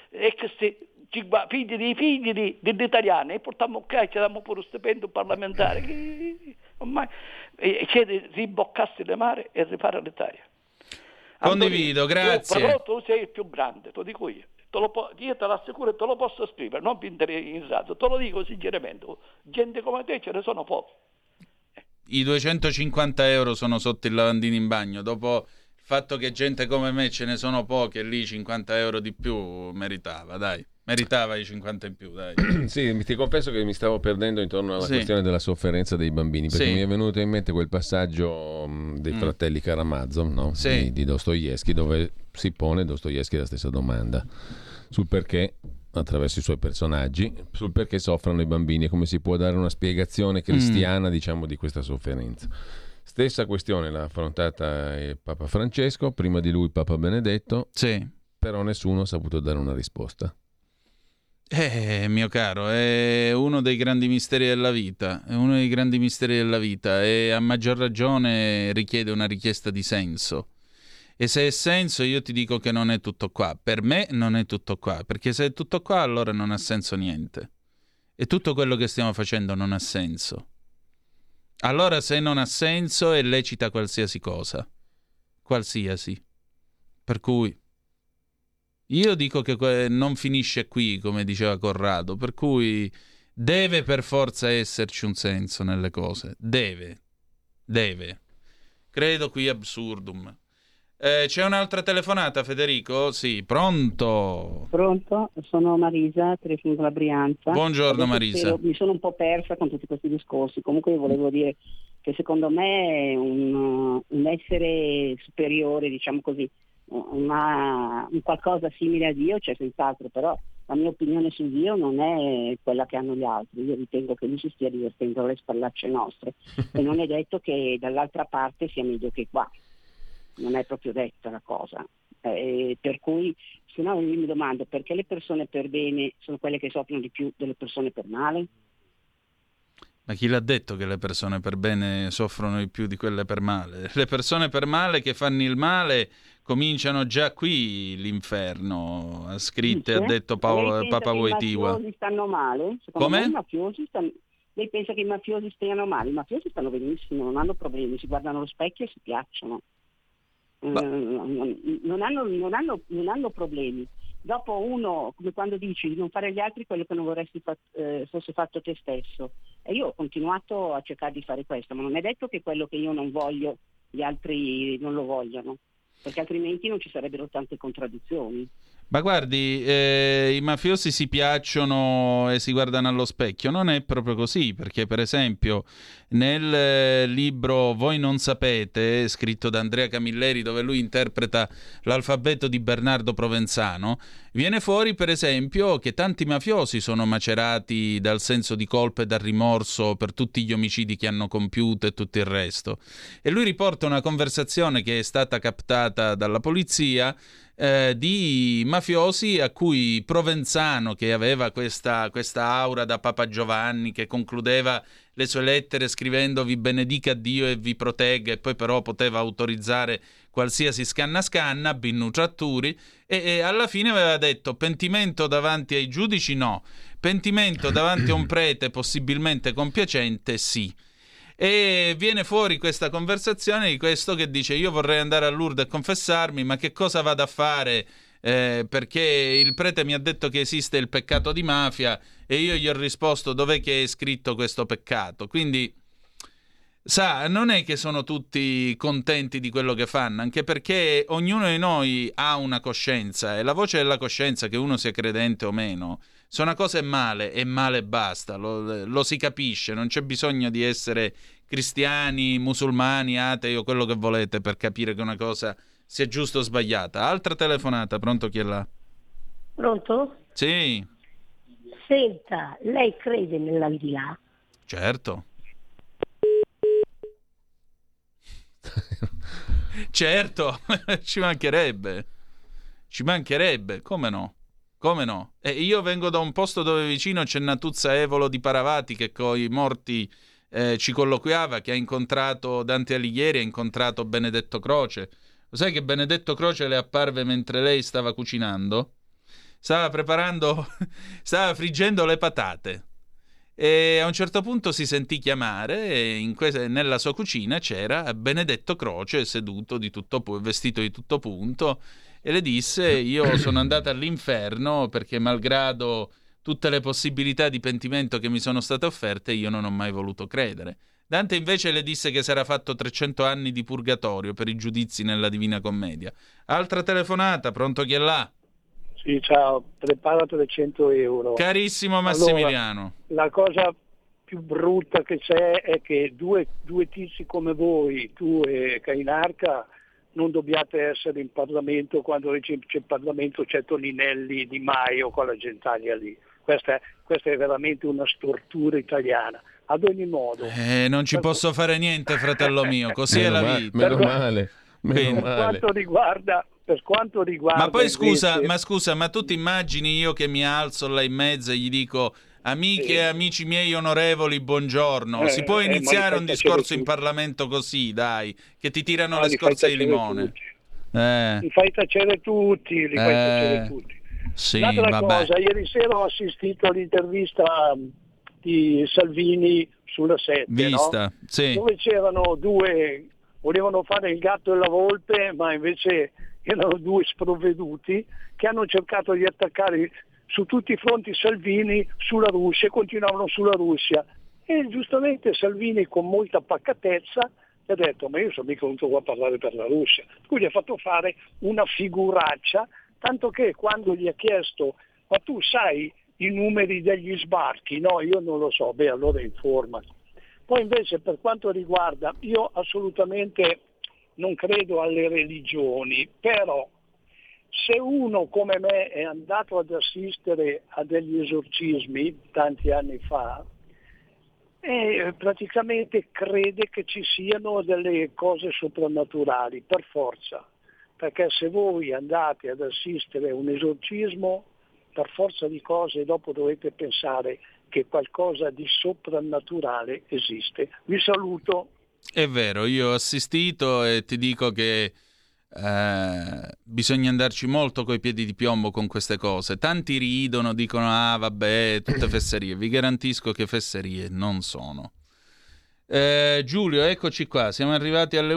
figli degli italiani, e portiamo qua, ci diamo pure un stipendio parlamentare ormai c'è di rimboccarsi le mare e rifare l'Italia. Condivido, grazie. Però tu sei il più grande, te lo dico io. Io te l'assicuro e te lo posso scrivere, non pindere in radio, te lo dico sinceramente, gente come te ce ne sono pochi. I 250 euro sono sotto il lavandino in bagno, dopo il fatto che gente come me ce ne sono poche, lì 50 euro di più meritava i 50 in più, dai. Sì, ti confesso che mi stavo perdendo intorno alla questione della sofferenza dei bambini, perché mi è venuto in mente quel passaggio dei fratelli Karamazov, no? Di Dostoevskij, dove si pone Dostoevskij la stessa domanda sul perché attraverso i suoi personaggi, sul perché soffrono i bambini e come si può dare una spiegazione cristiana, diciamo, di questa sofferenza. Stessa questione l'ha affrontata Papa Francesco, prima di lui Papa Benedetto, però nessuno ha saputo dare una risposta. Mio caro, è uno dei grandi misteri della vita, e a maggior ragione richiede una richiesta di senso. E se è senso, io ti dico che non è tutto qua. Per me non è tutto qua, perché se è tutto qua allora non ha senso niente. E tutto quello che stiamo facendo non ha senso. Allora se non ha senso è lecita qualsiasi cosa. Qualsiasi. Per cui io dico che non finisce qui, come diceva Corrado, per cui deve per forza esserci un senso nelle cose. Deve. Credo qui absurdum. C'è un'altra telefonata, Federico? Sì, pronto? Pronto, sono Marisa, telefono dalla Brianza. Buongiorno Marisa. Mi sono un po' persa con tutti questi discorsi, comunque io volevo dire che secondo me è un essere superiore, diciamo così, un qualcosa simile a Dio c'è senz'altro, però la mia opinione su Dio non è quella che hanno gli altri. Io ritengo che lui si stia divertendo alle spallacce nostre e non è detto che dall'altra parte sia meglio che qua. Non è proprio detta la cosa, per cui se no io mi domando perché le persone per bene sono quelle che soffrono di più delle persone per male. Ma chi l'ha detto che le persone per bene soffrono di più di quelle per male? Le persone per male che fanno il male cominciano già qui l'inferno, ha scritto e ha detto Papa Wojtyła. I mafiosi stanno male? Come? Lei pensa che i mafiosi stiano male? I mafiosi stanno benissimo, non hanno problemi, si guardano allo specchio e si piacciono. Non hanno problemi. Dopo uno, come quando dici di non fare agli altri quello che non vorresti fosse fatto te stesso, e io ho continuato a cercare di fare questo, ma non è detto che quello che io non voglio gli altri non lo vogliano, perché altrimenti non ci sarebbero tante contraddizioni. Ma guardi, i mafiosi si piacciono e si guardano allo specchio. Non è proprio così, perché per esempio nel libro Voi non sapete, scritto da Andrea Camilleri, dove lui interpreta l'alfabeto di Bernardo Provenzano, viene fuori per esempio che tanti mafiosi sono macerati dal senso di colpa e dal rimorso per tutti gli omicidi che hanno compiuto e tutto il resto. E lui riporta una conversazione che è stata captata dalla polizia di mafiosi a cui Provenzano, che aveva questa aura da Papa Giovanni, che concludeva le sue lettere scrivendo vi benedica Dio e vi protegga, e poi però poteva autorizzare qualsiasi scanna binnutratturi, e alla fine aveva detto pentimento davanti ai giudici no, pentimento davanti a un prete possibilmente compiacente sì. E viene fuori questa conversazione di questo che dice io vorrei andare a Lourdes a confessarmi, ma che cosa vado a fare? Perché il prete mi ha detto che esiste il peccato di mafia e io gli ho risposto dov'è che è scritto questo peccato. Quindi sa, non è che sono tutti contenti di quello che fanno, anche perché ognuno di noi ha una coscienza, e la voce della coscienza, che uno sia credente o meno, se una cosa è male e basta, lo si capisce, non c'è bisogno di essere cristiani, musulmani, atei o quello che volete per capire che una cosa sia giusta o sbagliata. Altra telefonata, pronto, chi è là? Pronto? Sì. Senta, lei crede nell'aldilà? Certo. Certo, ci mancherebbe, come no? E io vengo da un posto dove vicino c'è Natuzza Evolo di Paravati, che coi morti ci colloquiava, che ha incontrato Dante Alighieri, ha incontrato Benedetto Croce. Lo sai che Benedetto Croce le apparve mentre lei stava cucinando? Stava friggendo le patate. E a un certo punto si sentì chiamare e nella sua cucina c'era Benedetto Croce seduto vestito di tutto punto, e le disse io sono andata all'inferno perché malgrado tutte le possibilità di pentimento che mi sono state offerte io non ho mai voluto credere. Dante invece le disse che si era fatto 300 anni di purgatorio per i giudizi nella Divina Commedia. Altra telefonata, pronto, chi è là? Sì, ciao, prepara 300 euro. Carissimo Massimiliano. Allora, la cosa più brutta che c'è è che due tizi come voi, tu e Cainarca, non dobbiate essere in Parlamento quando c'è in Parlamento c'è Toninelli, Di Maio con la gentalia lì. Questa è veramente una stortura italiana. Ad ogni modo. Non ci posso fare niente, fratello mio, così è la vita. Meno male. Per quanto riguarda... Ma poi invece... ma tu ti immagini io che mi alzo là in mezzo e gli dico amiche e amici miei onorevoli, buongiorno. Si può iniziare un discorso in Parlamento così, dai, che ti tirano le scorze di limone. Li fai tacere tutti, Sì, L'altra cosa, ieri sera ho assistito all'intervista di Salvini sulla 7, Vista, no? sì. Dove c'erano due, volevano fare il gatto e la volpe, ma invece erano due sprovveduti che hanno cercato di attaccare su tutti i fronti Salvini sulla Russia e continuavano sulla Russia. E giustamente Salvini con molta pacatezza gli ha detto: ma io sono mica venuto qua a parlare per la Russia. Lui gli ha fatto fare una figuraccia, tanto che quando gli ha chiesto: ma tu sai i numeri degli sbarchi? No, io non lo so. Beh, allora informati. Poi invece per quanto riguarda, io assolutamente non credo alle religioni, però se uno come me è andato ad assistere a degli esorcismi tanti anni fa, praticamente crede che ci siano delle cose soprannaturali, per forza, perché se voi andate ad assistere a un esorcismo, per forza di cose dopo dovete pensare che qualcosa di soprannaturale esiste. Vi saluto. È vero, io ho assistito e ti dico che bisogna andarci molto coi piedi di piombo con queste cose. Tanti ridono, dicono vabbè, tutte fesserie. Vi garantisco che fesserie non sono. Giulio, eccoci qua, siamo arrivati alle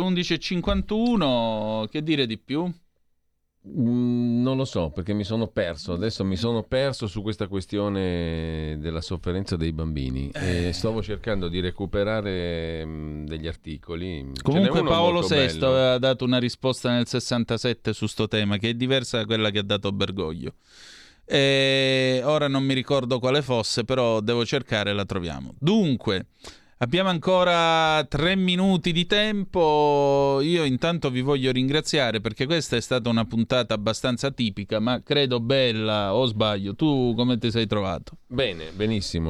11.51. Che dire di più? Non lo so, perché mi sono perso. Adesso mi sono perso su questa questione della sofferenza dei bambini e stavo cercando di recuperare degli articoli. Comunque Paolo VI aveva dato una risposta nel 67 su sto tema, che è diversa da quella che ha dato Bergoglio. Ora non mi ricordo quale fosse, però devo cercare e la troviamo. Dunque, abbiamo ancora 3 minuti di tempo. Io intanto vi voglio ringraziare perché questa è stata una puntata abbastanza tipica, ma credo bella, o sbaglio? Tu come ti sei trovato? Bene, benissimo.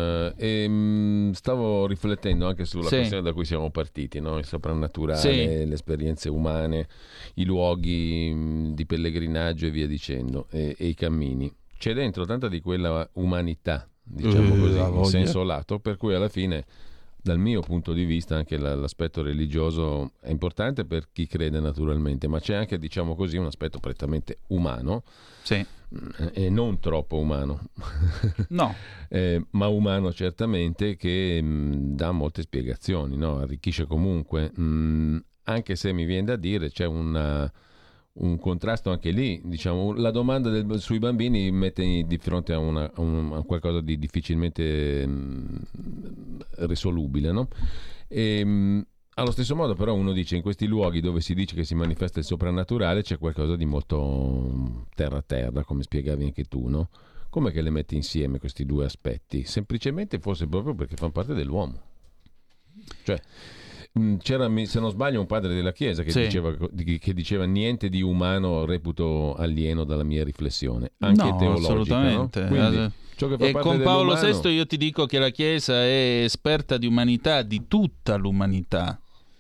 Stavo riflettendo anche sulla questione da cui siamo partiti, no? Il soprannaturale, le esperienze umane, i luoghi di pellegrinaggio e via dicendo, e i cammini. C'è dentro tanta di quella umanità, diciamo così, in senso lato, per cui alla fine, dal mio punto di vista, anche l'aspetto religioso è importante per chi crede naturalmente, ma c'è anche, diciamo così, un aspetto prettamente umano, e non troppo umano, no, ma umano certamente, che dà molte spiegazioni, no? Arricchisce comunque, anche se mi viene da dire c'è un contrasto anche lì, diciamo. La domanda sui bambini mette di fronte a qualcosa di difficilmente risolubile, no? Allo stesso modo però uno dice, in questi luoghi dove si dice che si manifesta il soprannaturale c'è qualcosa di molto terra a terra, come spiegavi anche tu, no? Com'è che le metti insieme questi due aspetti? Semplicemente forse proprio perché fanno parte dell'uomo. Cioè, c'era, se non sbaglio, un padre della Chiesa che diceva niente di umano reputo alieno dalla mia riflessione, anche teologica. Assolutamente. No? Quindi, e con Paolo VI io ti dico che la Chiesa è esperta di umanità, di tutta l'umanità,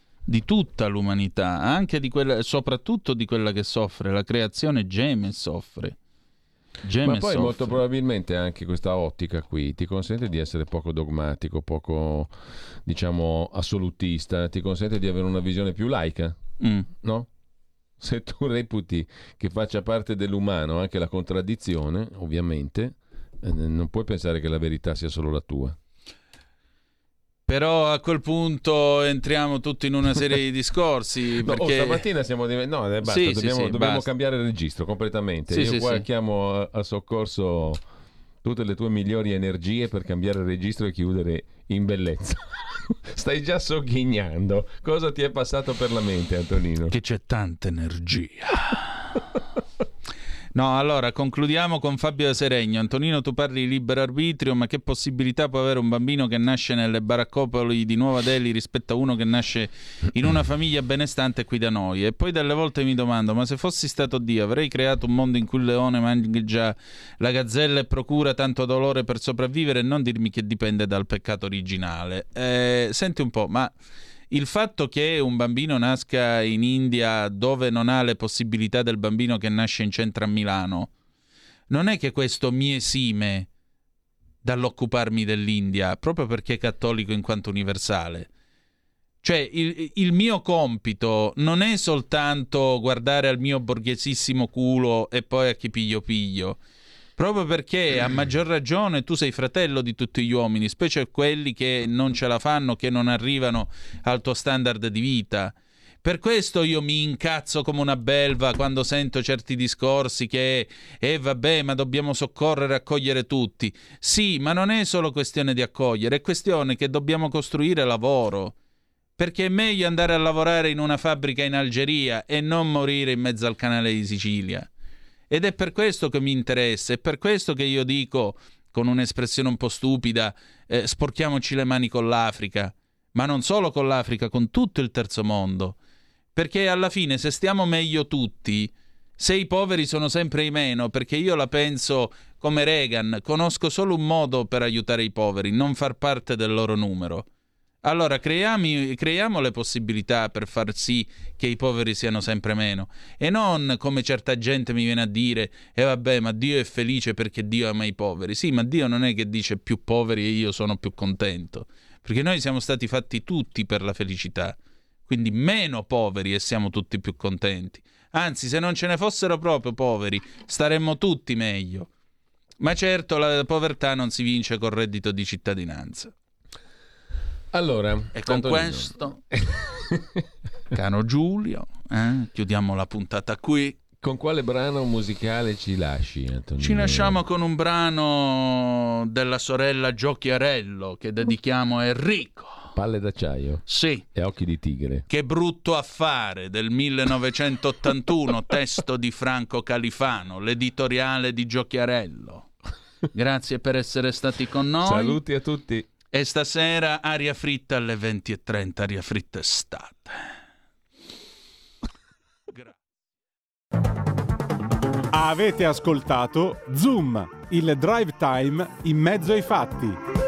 anche di quella, soprattutto di quella che soffre. La creazione geme e soffre. Ma poi molto probabilmente anche questa ottica qui ti consente di essere poco dogmatico, poco, diciamo, assolutista, ti consente di avere una visione più laica, no? Se tu reputi che faccia parte dell'umano anche la contraddizione, ovviamente, non puoi pensare che la verità sia solo la tua. Però a quel punto entriamo tutti in una serie di discorsi. Perché... stamattina siamo dobbiamo cambiare registro completamente. Io qua chiamo a soccorso tutte le tue migliori energie per cambiare registro e chiudere in bellezza. Stai già sogghignando. Cosa ti è passato per la mente, Antonino? Che c'è tanta energia. No, allora concludiamo con Fabio Seregno. Antonino, tu parli di libero arbitrio, ma che possibilità può avere un bambino che nasce nelle baraccopoli di Nuova Delhi rispetto a uno che nasce in una famiglia benestante qui da noi? E poi delle volte mi domando, ma se fossi stato Dio avrei creato un mondo in cui il leone mangia la gazzella e procura tanto dolore per sopravvivere? E non dirmi che dipende dal peccato originale. Senti un po', ma il fatto che un bambino nasca in India dove non ha le possibilità del bambino che nasce in centro a Milano, non è che questo mi esime dall'occuparmi dell'India, proprio perché è cattolico in quanto universale. Cioè, il mio compito non è soltanto guardare al mio borghesissimo culo e poi a chi piglio. Proprio perché a maggior ragione tu sei fratello di tutti gli uomini, specie quelli che non ce la fanno, che non arrivano al tuo standard di vita. Per questo io mi incazzo come una belva quando sento certi discorsi che vabbè, ma dobbiamo soccorrere e accogliere tutti. Sì, ma non è solo questione di accogliere, è questione che dobbiamo costruire lavoro. Perché è meglio andare a lavorare in una fabbrica in Algeria e non morire in mezzo al canale di Sicilia. Ed è per questo che mi interessa, è per questo che io dico, con un'espressione un po' stupida, sporchiamoci le mani con l'Africa, ma non solo con l'Africa, con tutto il terzo mondo. Perché alla fine, se stiamo meglio tutti, se i poveri sono sempre i meno, perché io la penso come Reagan, conosco solo un modo per aiutare i poveri, non far parte del loro numero. Allora creiamo le possibilità per far sì che i poveri siano sempre meno, e non come certa gente mi viene a dire vabbè, ma Dio è felice perché Dio ama i poveri. Sì, ma Dio non è che dice più poveri e io sono più contento, perché noi siamo stati fatti tutti per la felicità, quindi meno poveri e siamo tutti più contenti. Anzi, se non ce ne fossero proprio poveri staremmo tutti meglio. Ma certo, la povertà non si vince col reddito di cittadinanza. Allora, e con Antonino, questo, caro Giulio, chiudiamo la puntata qui. Con quale brano musicale ci lasci, Antonino? Ci lasciamo con un brano della sorella Giochiarello che dedichiamo a Enrico. Palle d'acciaio? Sì. E occhi di tigre? Che brutto affare, del 1981, testo di Franco Califano, l'editoriale di Giochiarello. Grazie per essere stati con noi. Saluti a tutti. E stasera aria fritta alle 20:30, aria fritta estate. Avete ascoltato Zoom, il drive time in mezzo ai fatti.